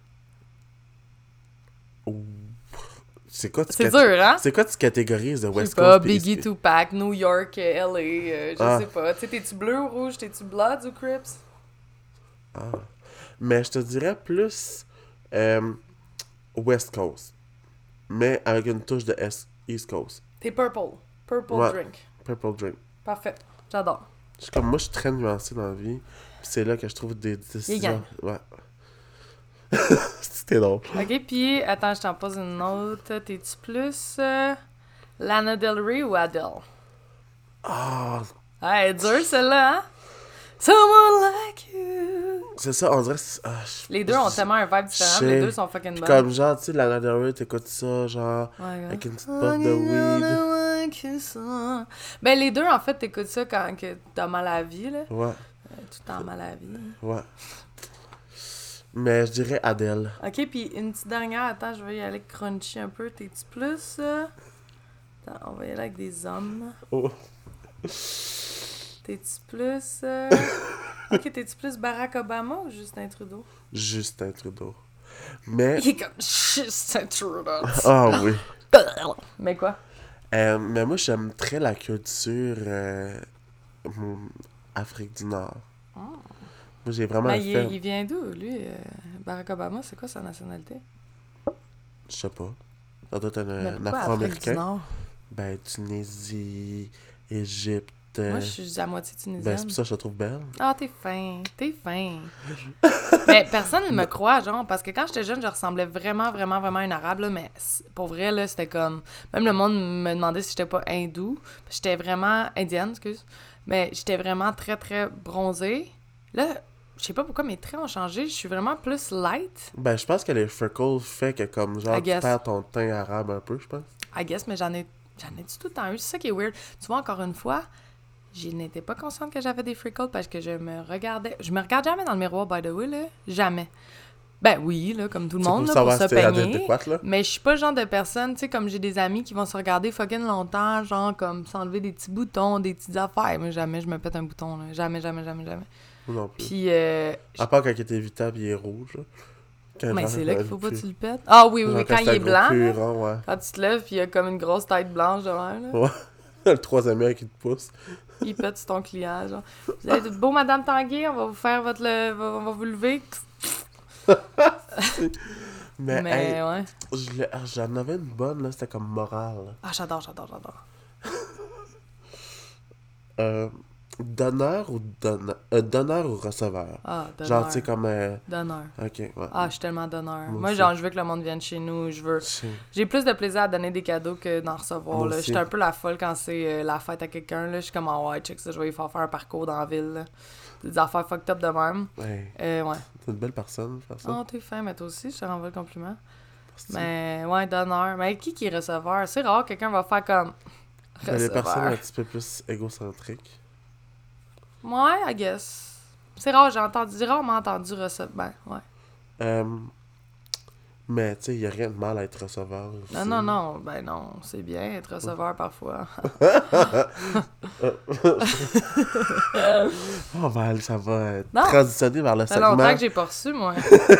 C'est quoi tu C'est cat- dur, hein? C'est quoi tu catégorises de Je sais West pas, Coast? puis Biggie, East- Tupac, New York, L A, euh, je Ah. sais pas. Tu sais, t'es-tu bleu ou rouge? T'es-tu Bloods ou Crips? Ah. Mais je te dirais plus euh, West Coast. Mais avec une touche de S- East Coast. T'es Purple. Purple Ouais. drink. Purple drink. Parfait. J'adore. Je suis comme moi, je suis très nuancé dans la vie. Puis c'est là que je trouve des décisions. Ouais. C'était drôle. Ok, puis attends, je t'en pose une autre. T'es-tu plus euh, Lana Del Rey ou Adele? Ah, Ah, elle est dure celle-là, hein? Someone like you. c'est ça, on dirait. c'est- Ah, je- Les deux ont tellement un vibe différent, je mais les sais. deux sont fucking Puis bonnes. comme genre, tu sais, Lana Del Rey, t'écoutes ça, genre, Ouais, ouais. avec une petite puff de weed. weed. Ben, les deux, en fait, t'écoutes ça quand que t'as mal à la vie, là. Ouais, Euh, Tout en mal à la vie. ouais. Mais je dirais Adele. Ok, puis une petite dernière. Attends, je vais y aller crunchy un peu. T'es-tu plus... euh, Attends, on va y aller avec des hommes. Oh. T'es-tu plus... euh, Ok, t'es-tu plus Barack Obama ou Justin Trudeau? Justin Trudeau. Mais. Il est comme Justin Trudeau. Ah oui. Mais quoi? Euh, mais moi, j'aime très la culture euh, hum, Afrique du Nord. Moi, j'ai vraiment Mais il, fait. il vient d'où, lui? euh, Barack Obama, c'est quoi sa nationalité? Je sais pas. Ça doit être un, Mais un pourquoi Afrique du Afro-Américain. Nord? Ben, Tunisie, Égypte. euh, Moi, je suis à moitié Ben, tunisienne. c'est pour ça que je la trouve belle. Ah, t'es fin, t'es fin. Mais personne ne me croit, genre, parce que quand j'étais jeune, je ressemblais vraiment, vraiment, vraiment à une arabe, là, mais c- pour vrai, là, c'était comme... Même le monde me demandait si j'étais pas hindoue. J'étais vraiment... Indienne, excuse. Mais j'étais vraiment très, très bronzée. Là, je sais pas pourquoi mes traits ont changé. Je suis vraiment plus light, Ben, je pense que les freckles fait que, comme, genre, I tu guess. perds ton teint arabe un peu, je pense. I guess, mais j'en ai... J'en ai tout le temps eu. C'est ça qui est weird. Tu vois, encore une fois... Je n'étais pas consciente que j'avais des freckles parce que je me regardais... Je me regarde jamais dans le miroir, by the way, là. Jamais. Ben oui, là, comme tout le C'est monde, pour là, pour savoir se si t'es peigner. adéquate, là. Mais je suis pas le genre de personne, tu sais, comme j'ai des amis qui vont se regarder fucking longtemps, genre, comme s'enlever des petits boutons, des petites affaires. Moi, jamais je me pète un bouton, là. Jamais, jamais, jamais, jamais. Moi non plus. Puis, euh... À part quand il est évitable, il est rouge, là. Quand Mais genre, c'est là qu'il un faut pas que plus- tu le pètes. Ah oui, oui, genre oui, quand il c'est un est gros blanc, là, puron, ouais. quand tu te lèves, puis il y a comme une grosse tête blanche devant, là. Ouais. Le troisième œil qui te pousse. Il pète sur ton client, genre. Vous êtes beau, Madame Tanguay, on va vous faire votre... Le... On va vous lever. Mais, Mais, hey, ouais. je l'ai- ah, j'en avais une bonne, là, c'était comme morale. là. Ah, j'adore, j'adore, j'adore. Euh, donneur ou donneur, euh, donneur ou receveur? Ah, Genre, donneur. tu sais, comme... euh, Donneur. Ok, ouais. Ah, je suis tellement donneur. Moi Moi, aussi. genre, je veux que le monde vienne chez nous. Je veux... Je sais. J'ai plus de plaisir à donner des cadeaux que d'en recevoir. Moi Là. Je aussi. suis un peu la folle quand c'est euh, la fête à quelqu'un. Là. Je suis comme, ah ouais, check ça, je vais lui faire faire un parcours dans la ville. Là. Des affaires fucked up de même. Hey, Euh, ouais. t'es une belle personne, faire ça. Oh, t'es fin, mais toi aussi, je te renvoie le compliment. Merci. Mais ouais, donneur. Mais qui qui est receveur? C'est rare, quelqu'un va faire comme. Mais les personnes un Receveur. petit peu plus égocentriques. Ouais, I guess. C'est rare, j'ai entendu, j'ai rarement entendu receveur. Ben, ouais. Euh, mais, tu sais, il n'y a rien de mal à être receveur aussi. Non, non, non, ben non, c'est bien être receveur parfois. Oh, ben, ça va euh, Non. transitionner vers le Ça fait longtemps segment. que j'ai pas reçu, moi.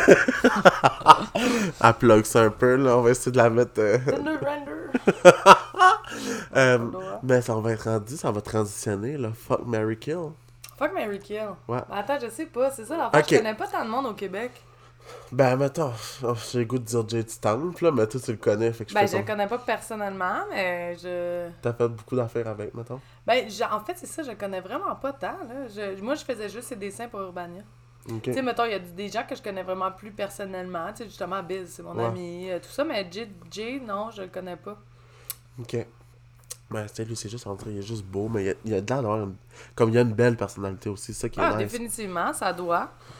Elle plug ça un peu, là. On va essayer de la mettre... euh, Tender render. euh, mais ça va être rendu, ça va transitionner, là. Fuck, Mary Kill. Fuck Mary Kill. Ouais. Mais attends, je sais pas, c'est ça l'affaire. Ok. Je connais pas tant de monde au Québec. Ben, mettons, oh, j'ai le goût de dire Jay Stamp, là, mais toi, tu le connais, fait que je Ben, fais je le comme... connais pas personnellement, mais je. T'as fait beaucoup d'affaires avec, mettons. Ben, je- en fait, c'est ça, je connais vraiment pas tant, là. Je... Moi, je faisais juste ses dessins pour Urbania. Ok. Tu sais, mettons, il y a des gens que je connais vraiment plus personnellement. Tu sais, justement, Biz, c'est mon Ouais. ami, euh, tout ça, mais Jay, Jay, non, je le connais pas. Ok. Ben, tu sais, lui, c'est juste, on dirait, il est juste beau, mais il y a, il y a de l'air d'avoir une... Comme il y a une belle personnalité aussi, c'est ça qui est Ah, nice. définitivement, ça doit.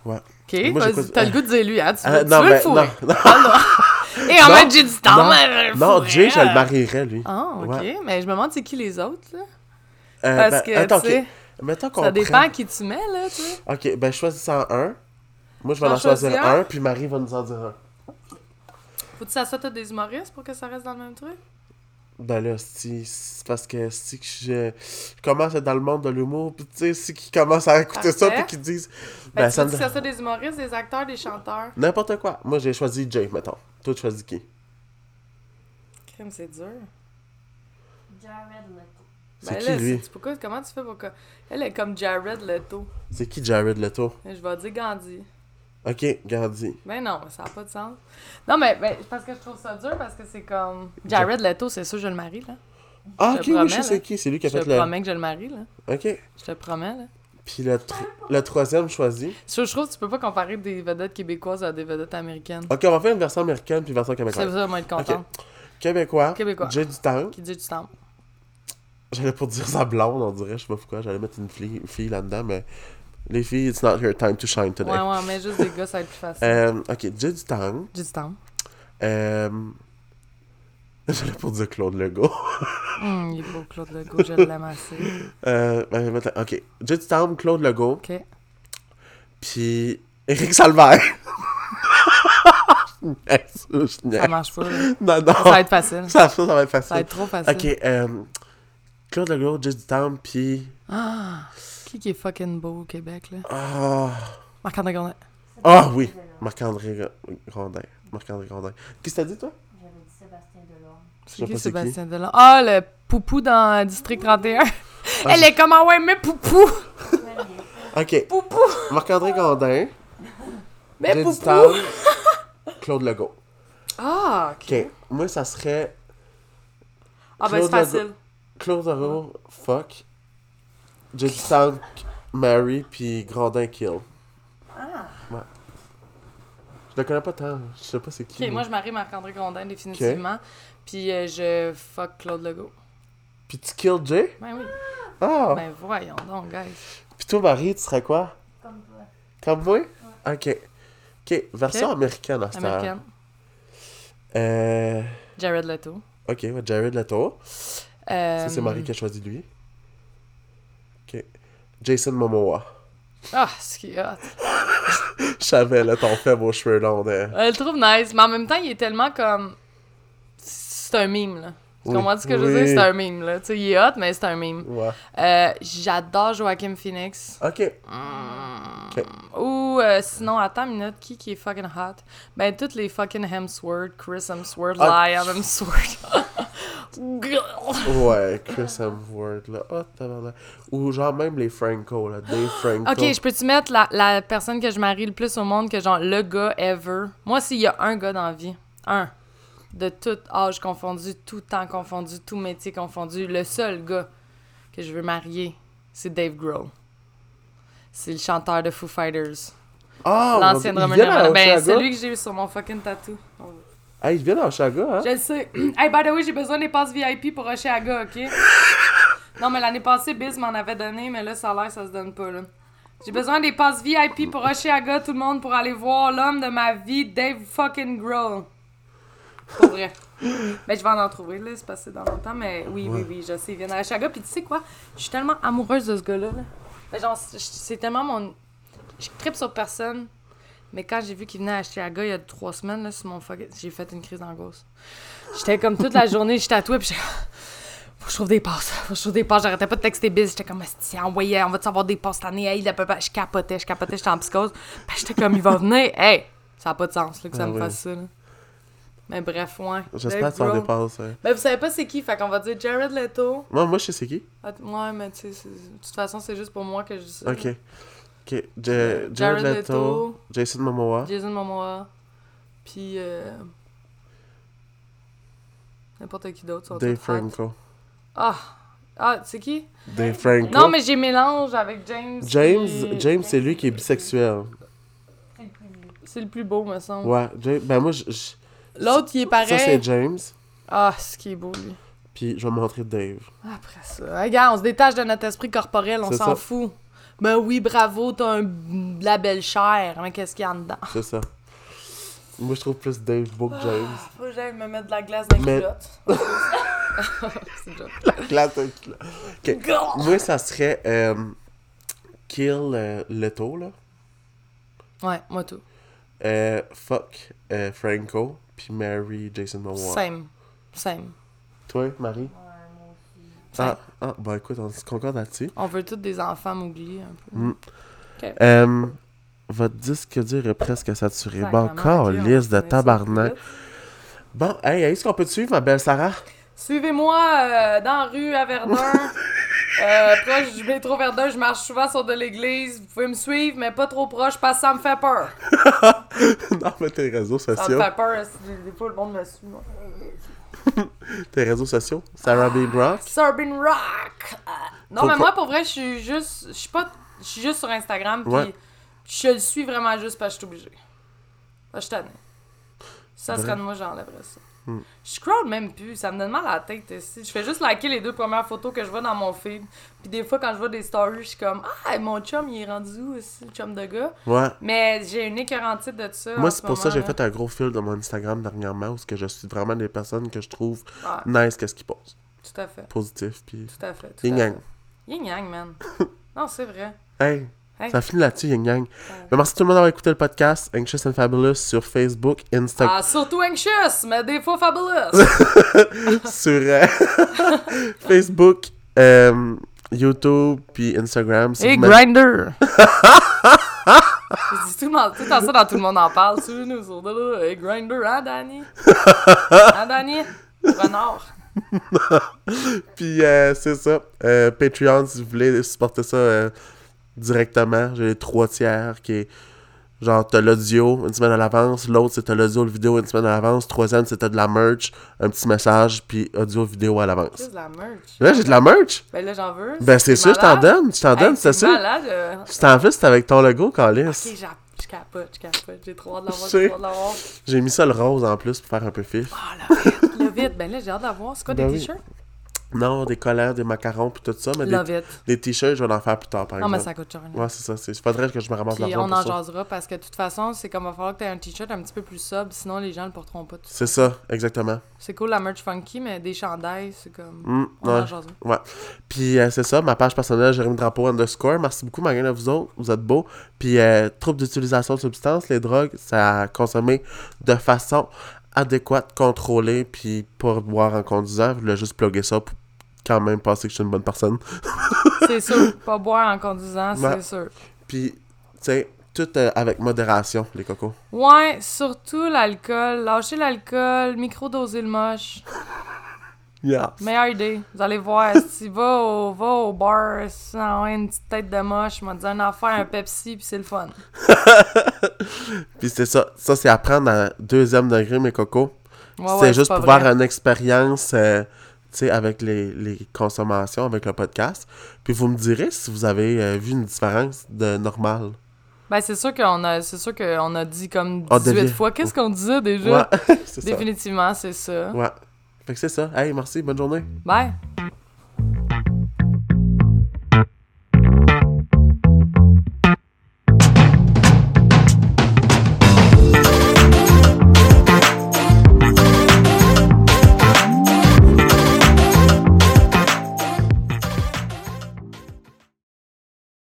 Ouais. OK, Moi, j'ai vas-y, pas- t'as le goût de dire lui, hein? Tu veux, Euh, tu non, veux mais le fourrer? non, non. Ah, non. Et en Non, mode, j'ai du temps, non, mais le Non, fourrer, Jay, je le euh. marierais, lui. Ah, OK. Ouais. Mais je me demande c'est qui les autres, là. Euh, Parce ben, que, attends, tu sais, ok. Mettons qu'on ça dépend prenne- à qui tu mets, là, tu sais. Ok, ben, choisis en un. Moi, je vais J'en en choisir choisis un, un? puis Marie va nous en dire un. Faut-tu ça soit des humoristes pour que ça reste dans le même truc? Ben là, si, c'est parce que si que je, je commence à être dans le monde de l'humour, puis tu sais, si qu'ils commencent à écouter ça, Parfait. puis qu'ils disent. Ben, Ben, tu ça veux me. que ça soit des humoristes, des acteurs, des chanteurs? N'importe quoi. Moi, j'ai choisi Jay, mettons. Toi, tu choisis qui? Crème, c'est dur. Jared Leto. C'est Ben qui, là, lui? c'est- pourquoi, comment tu fais pour que... Elle est comme Jared Leto. C'est qui Jared Leto? Je vais dire Gandhi. Ok, Gandhi. Ben non, ça n'a pas de sens. Non, mais ben, parce que je trouve ça dur, parce que c'est comme... Jared Leto, c'est sûr, je le marie, là. Ah, Je ok, te oui, promets, je sais là. c'est qui. C'est lui qui a Je te fait le. promets que je le marie, là. Ok. Je te promets, là. Puis le, tr- le troisième choisi. Je, je trouve que tu peux pas comparer des vedettes québécoises à des vedettes américaines. Ok, on va faire une version américaine puis une version C'est québécoise. ça, moi, être contente. Québécois. Québécois. Jay du temps. Qui dit du temps. J'allais pour dire sa blonde, on dirait. Je sais pas pourquoi. J'allais mettre une fille, fille là-dedans, mais. Les filles, it's not your time to shine today. Ouais, ouais, mais juste des gars, ça va être plus facile. Euh, ok, Jay du temps. Du temps. Euh... J'allais pour dire Claude Legault. Hum, il est beau, Claude Legault, je l'aime assez. euh, ben, maintenant, ok. Jay du temps, Claude Legault. OK. Puis. Éric Salvaire. Je niaise, je Ça niaise. marche pas, là. Non, non. Ça va être facile. Ça, ça, ça va être facile. Ça va être trop facile. Ok, euh, Claude Legault, Jay du temps, puis. Ah! Qui qui est fucking beau au Québec, là? Ah, Marc-André Gondin. ah oui, Marc-André Grondin. Marc-André Grondin. Qu'est-ce que t'as dit, toi? J'avais dit Sébastien Delorme. Je sais C'est pas qui c'est Sébastien Delorme? Ah, le poupou dans District trente et un. Ah, Elle est comme, ah ouais, mais poupou! Ok, Poupou! Marc-André Grondin, Mais Jay du poupou! temps, Claude Legault. Ah, OK. Ok, moi, ça serait Ah, ben c'est Claude facile. Claude Legault, fuck. Jay du temps, Mary, puis Grondin, kill. Ah. Ouais. Je le connais pas tant. Je sais pas c'est qui. OK, moi, je marie Marc-André Gondin, définitivement. Puis euh, je fuck Claude Legault. Puis tu kill Jay? Ben oui. Ah! Ben voyons donc, guys. Puis toi, Marie, tu serais quoi? Comme toi. Comme moi? Ok. Ok, version Ok. américaine à cette heure. Américaine. Euh... Jared Leto. Ok, ouais, Jared Leto. Euh... Ça, c'est Marie qui a choisi lui. Ok. Jason Momoa. Ah, ce qui est hot. Je savais, là, ton faible aux cheveux longs. De... Elle le trouve nice, mais en même temps, il est tellement comme... C'est un mime, là. Tu Oui. comprends ce que je veux Oui. dire? C'est un mime, là. Tu sais, il est hot, mais c'est un mime. Ouais. Euh, j'adore Joaquin Phoenix. Ok. Mm. Ok. Ou euh, sinon, attends une minute, qui qui est fucking hot? Ben, toutes les fucking Hemsworth, Chris Hemsworth, Ah. Liam Hemsworth. Ouais, Chris Hemsworth, là. Oh, tabarnak. Ou genre même les Franco, là. Dave Franco. Ok, je peux-tu mettre la, la personne que je marie le plus au monde que genre le gars ever? Moi, s'il y a un gars dans la vie, un, de tout âge confondu, tout temps confondu, tout métier confondu, le seul gars que je veux marier, c'est Dave Grohl. C'est le chanteur de Foo Fighters. Ah, L'ancien il drummer vient à de... Ben, Oshaga? celui que j'ai eu sur mon fucking tattoo. Ah, il vient à Oshaga, hein? Je le sais. Hey, by the way, j'ai besoin des passes V I P pour Oshaga, OK? Non, mais l'année passée, Biz m'en avait donné, mais là, ça a l'air, ça se donne pas, là. J'ai besoin des passes V I P pour Oshaga, tout le monde, pour aller voir l'homme de ma vie, Dave fucking Grohl. Pour vrai. Mais je vais en en trouver, là, c'est passé dans longtemps, mais oui, oui, oui, je sais, il vient à Oshaga. Puis tu sais quoi? Je suis tellement amoureuse de ce gars-là, là. Mais genre, c'est c'est tellement mon... Je trippe sur personne. Mais quand j'ai vu qu'il venait à Oshaga il y a trois semaines, là, sur mon fucking... J'ai fait une crise d'angoisse. J'étais comme toute la journée, je tatouais, puis j'étais... Faut que je trouve des passes. Faut que je trouve des passes. J'arrêtais pas de texter Biz. J'étais comme, si envoyé, on va-tu avoir des passes cette année? Hey, là, papa. Je capotais, je capotais, j'étais en psychose. Puis j'étais comme, il va venir. Hey, ça a pas de sens, là, que ça Ah me oui. fasse ça, là. Mais bref, ouais. J'espère Dave que ça en Grohl. dépasse. Ouais. Ben, vous savez pas c'est qui, fait qu'on va dire Jared Leto. Moi, moi, je sais c'est qui. Ah, ouais, mais tu sais, c'est- de toute façon, c'est juste pour moi que je dis ça. Ok. là. Ok. Ja- Jared, Jared Leto, Leto. Jason Momoa. Jason Momoa. Puis, euh... n'importe qui d'autre. sont Dave tous hot. Franco. Ah! Ah, c'est qui? Dave Franco. Non, mais j'ai mélange avec James. James, puis- James c'est lui qui est bisexuel. C'est le plus vieux. C'est le plus beau, me semble. Ouais. James, ben moi, je, je- L'autre, il est pareil. ça, c'est James. Ah, ce qui est beau, lui. Puis je vais montrer Dave. Après ça. Hey, gars, on se détache de notre esprit corporel, on C'est s'en ça. fout. Ben oui, bravo, t'as un, de la belle chair. Mais qu'est-ce qu'il y a en dedans? C'est ça. Moi, je trouve plus Dave Beau que James. Faut que j'aille me mettre de la glace dans les Mais- culottes. C'est déjà. La glace de culotte. Ok. Moi, ça serait euh, Kill euh, Leto, là. Ouais, moi tout. Euh, fuck euh, Franco, puis Mary Jason Momoa. Same. Same. Toi, Marie? Ouais, moi aussi. Ah, ah, bah écoute, on se concorde là-dessus. On veut tous des enfants Mowgli, un peu. Mm. Ok. Euh, votre disque dur est presque saturé. Bon, Sacrément, ok, on liste va de finir ça tabarnak. vite. Bon, hey, est-ce qu'on peut te suivre, ma belle Sarah? Suivez-moi euh, dans la rue à Verdun. euh, proche du métro Verdun, je marche souvent sur de l'église. Vous pouvez me suivre, mais pas trop proche parce que ça me fait peur. Non, mais tes réseaux Ça me sociaux. fait peur si des fois le monde me suit, moi. Tes réseaux sociaux. Sarah B. Brock. Sorbin Rock! Euh, non, Faut mais pas- moi, pour vrai, je suis juste... Je suis pas... Je suis juste sur Instagram, puis Ouais. je le suis vraiment juste parce que je suis obligée. Parce que je suis tannée. Si ça Vrai? serait de moi, j'enlèverais ça. Hmm. Je scroll même plus, ça me donne mal à la tête ici. Je fais juste liker les deux premières photos que je vois dans mon feed. Puis des fois, quand je vois des stories, je suis comme « Ah, mon chum, il est rendu où aussi, le chum de gars? Ouais. » Mais j'ai une écœurantite de ça. Moi, en c'est ce pour ça que j'ai moment, fait un gros fil de mon Instagram dernièrement où ce que je suis vraiment des personnes que je trouve là. Ouais, nice qu'est-ce qu'ils posent. tout à fait. Positif, puis Tout à fait. Tout yin à yang. fait. Yin yang, man. Non, c'est vrai. Hey, Hey. ça finit là-dessus, yin yang. Mais merci tout le monde d'avoir écouté le podcast Anxious and Fabulous sur Facebook, Instagram, Ah, surtout anxious, mais des fois fabulous. sur euh, Facebook, euh, YouTube, puis Instagram. Si Et vous mettez- Grindr. Je dis tout le monde, tout le temps ça dans Tout le monde en parle. Tu nous sur de là. Et Grindr, hein, Danny? Hein, Danny? Renard. Puis euh, c'est ça. Euh, Patreon, si vous voulez supporter ça euh, directement, j'ai les trois tiers qui est genre t'as l'audio une semaine à l'avance, l'autre c'est t'as l'audio, le vidéo une semaine à l'avance, troisième c'est t'as de la merch, un petit message, puis audio, vidéo à l'avance. Juste de la merch. Là j'ai de la merch? Ben là, j'en veux. Ben c'est sûr, je t'en malade. donne, je t'en Hey, donne, c'est sûr. malade. euh. Je t'en fais, c'est avec ton logo, Calis. Ok, j'a- je capote, je capote. J'ai trop hâte de l'avoir, Je sais. j'ai trop hâte de l'avoir. J'ai mis ça le rose en plus pour faire un peu fif. Ah, le vite, le vite. Ben là, j'ai hâte d'avoir. C'est quoi, Ben des oui. t-shirts? Non, des collants, des macarons, puis tout ça, mais des, Love it. des t-shirts, je vais en faire plus tard, par Non, mais exemple. ça coûte cher. Ouais, c'est ça. Il faudrait que je me ramasse Puis l'argent on pour en ça. jasera parce que de toute façon, c'est comme il va falloir que tu aies un t-shirt un petit peu plus sobre, sinon les gens le porteront pas. Tout C'est ça, exactement. C'est cool la merch funky, mais des chandails, c'est comme. Mm, On ouais. en jasera. Ouais. Puis euh, c'est ça, ma page personnelle, Jérémy Drapeau underscore. Merci beaucoup, ma gang à vous autres. Vous êtes beaux. Puis euh, trouble d'utilisation de substances, les drogues, ça à consommer de façon adéquate, contrôlée, puis pas boire en conduisant. Je voulais juste plugger ça pour quand même penser que je suis une bonne personne. C'est sûr. Pas boire en conduisant, Ouais. c'est sûr. Puis, tu sais, tout euh, avec modération, les cocos. Ouais, surtout l'alcool. Lâchez l'alcool, micro-doser le moche. Yeah. Meilleure idée. Vous allez voir, si va au, va au bar, si on a une petite tête de moche, m'a dit un affaire, un Pepsi, puis c'est le fun. Puis c'est ça. Ça, c'est apprendre à deuxième degré, mes cocos. Ouais, c'est ouais, juste pas pour vrai. voir une expérience, euh, tu sais, avec les, les consommations, avec le podcast. Puis vous me direz si vous avez euh, vu une différence de normal. Ben, c'est sûr qu'on a, c'est sûr qu'on a dit comme On dix-huit devient- fois. Qu'est-ce qu'on disait déjà? Ouais, c'est ça. Définitivement, c'est ça. Ouais. Fait que c'est ça. Hey, merci, bonne journée. Bye!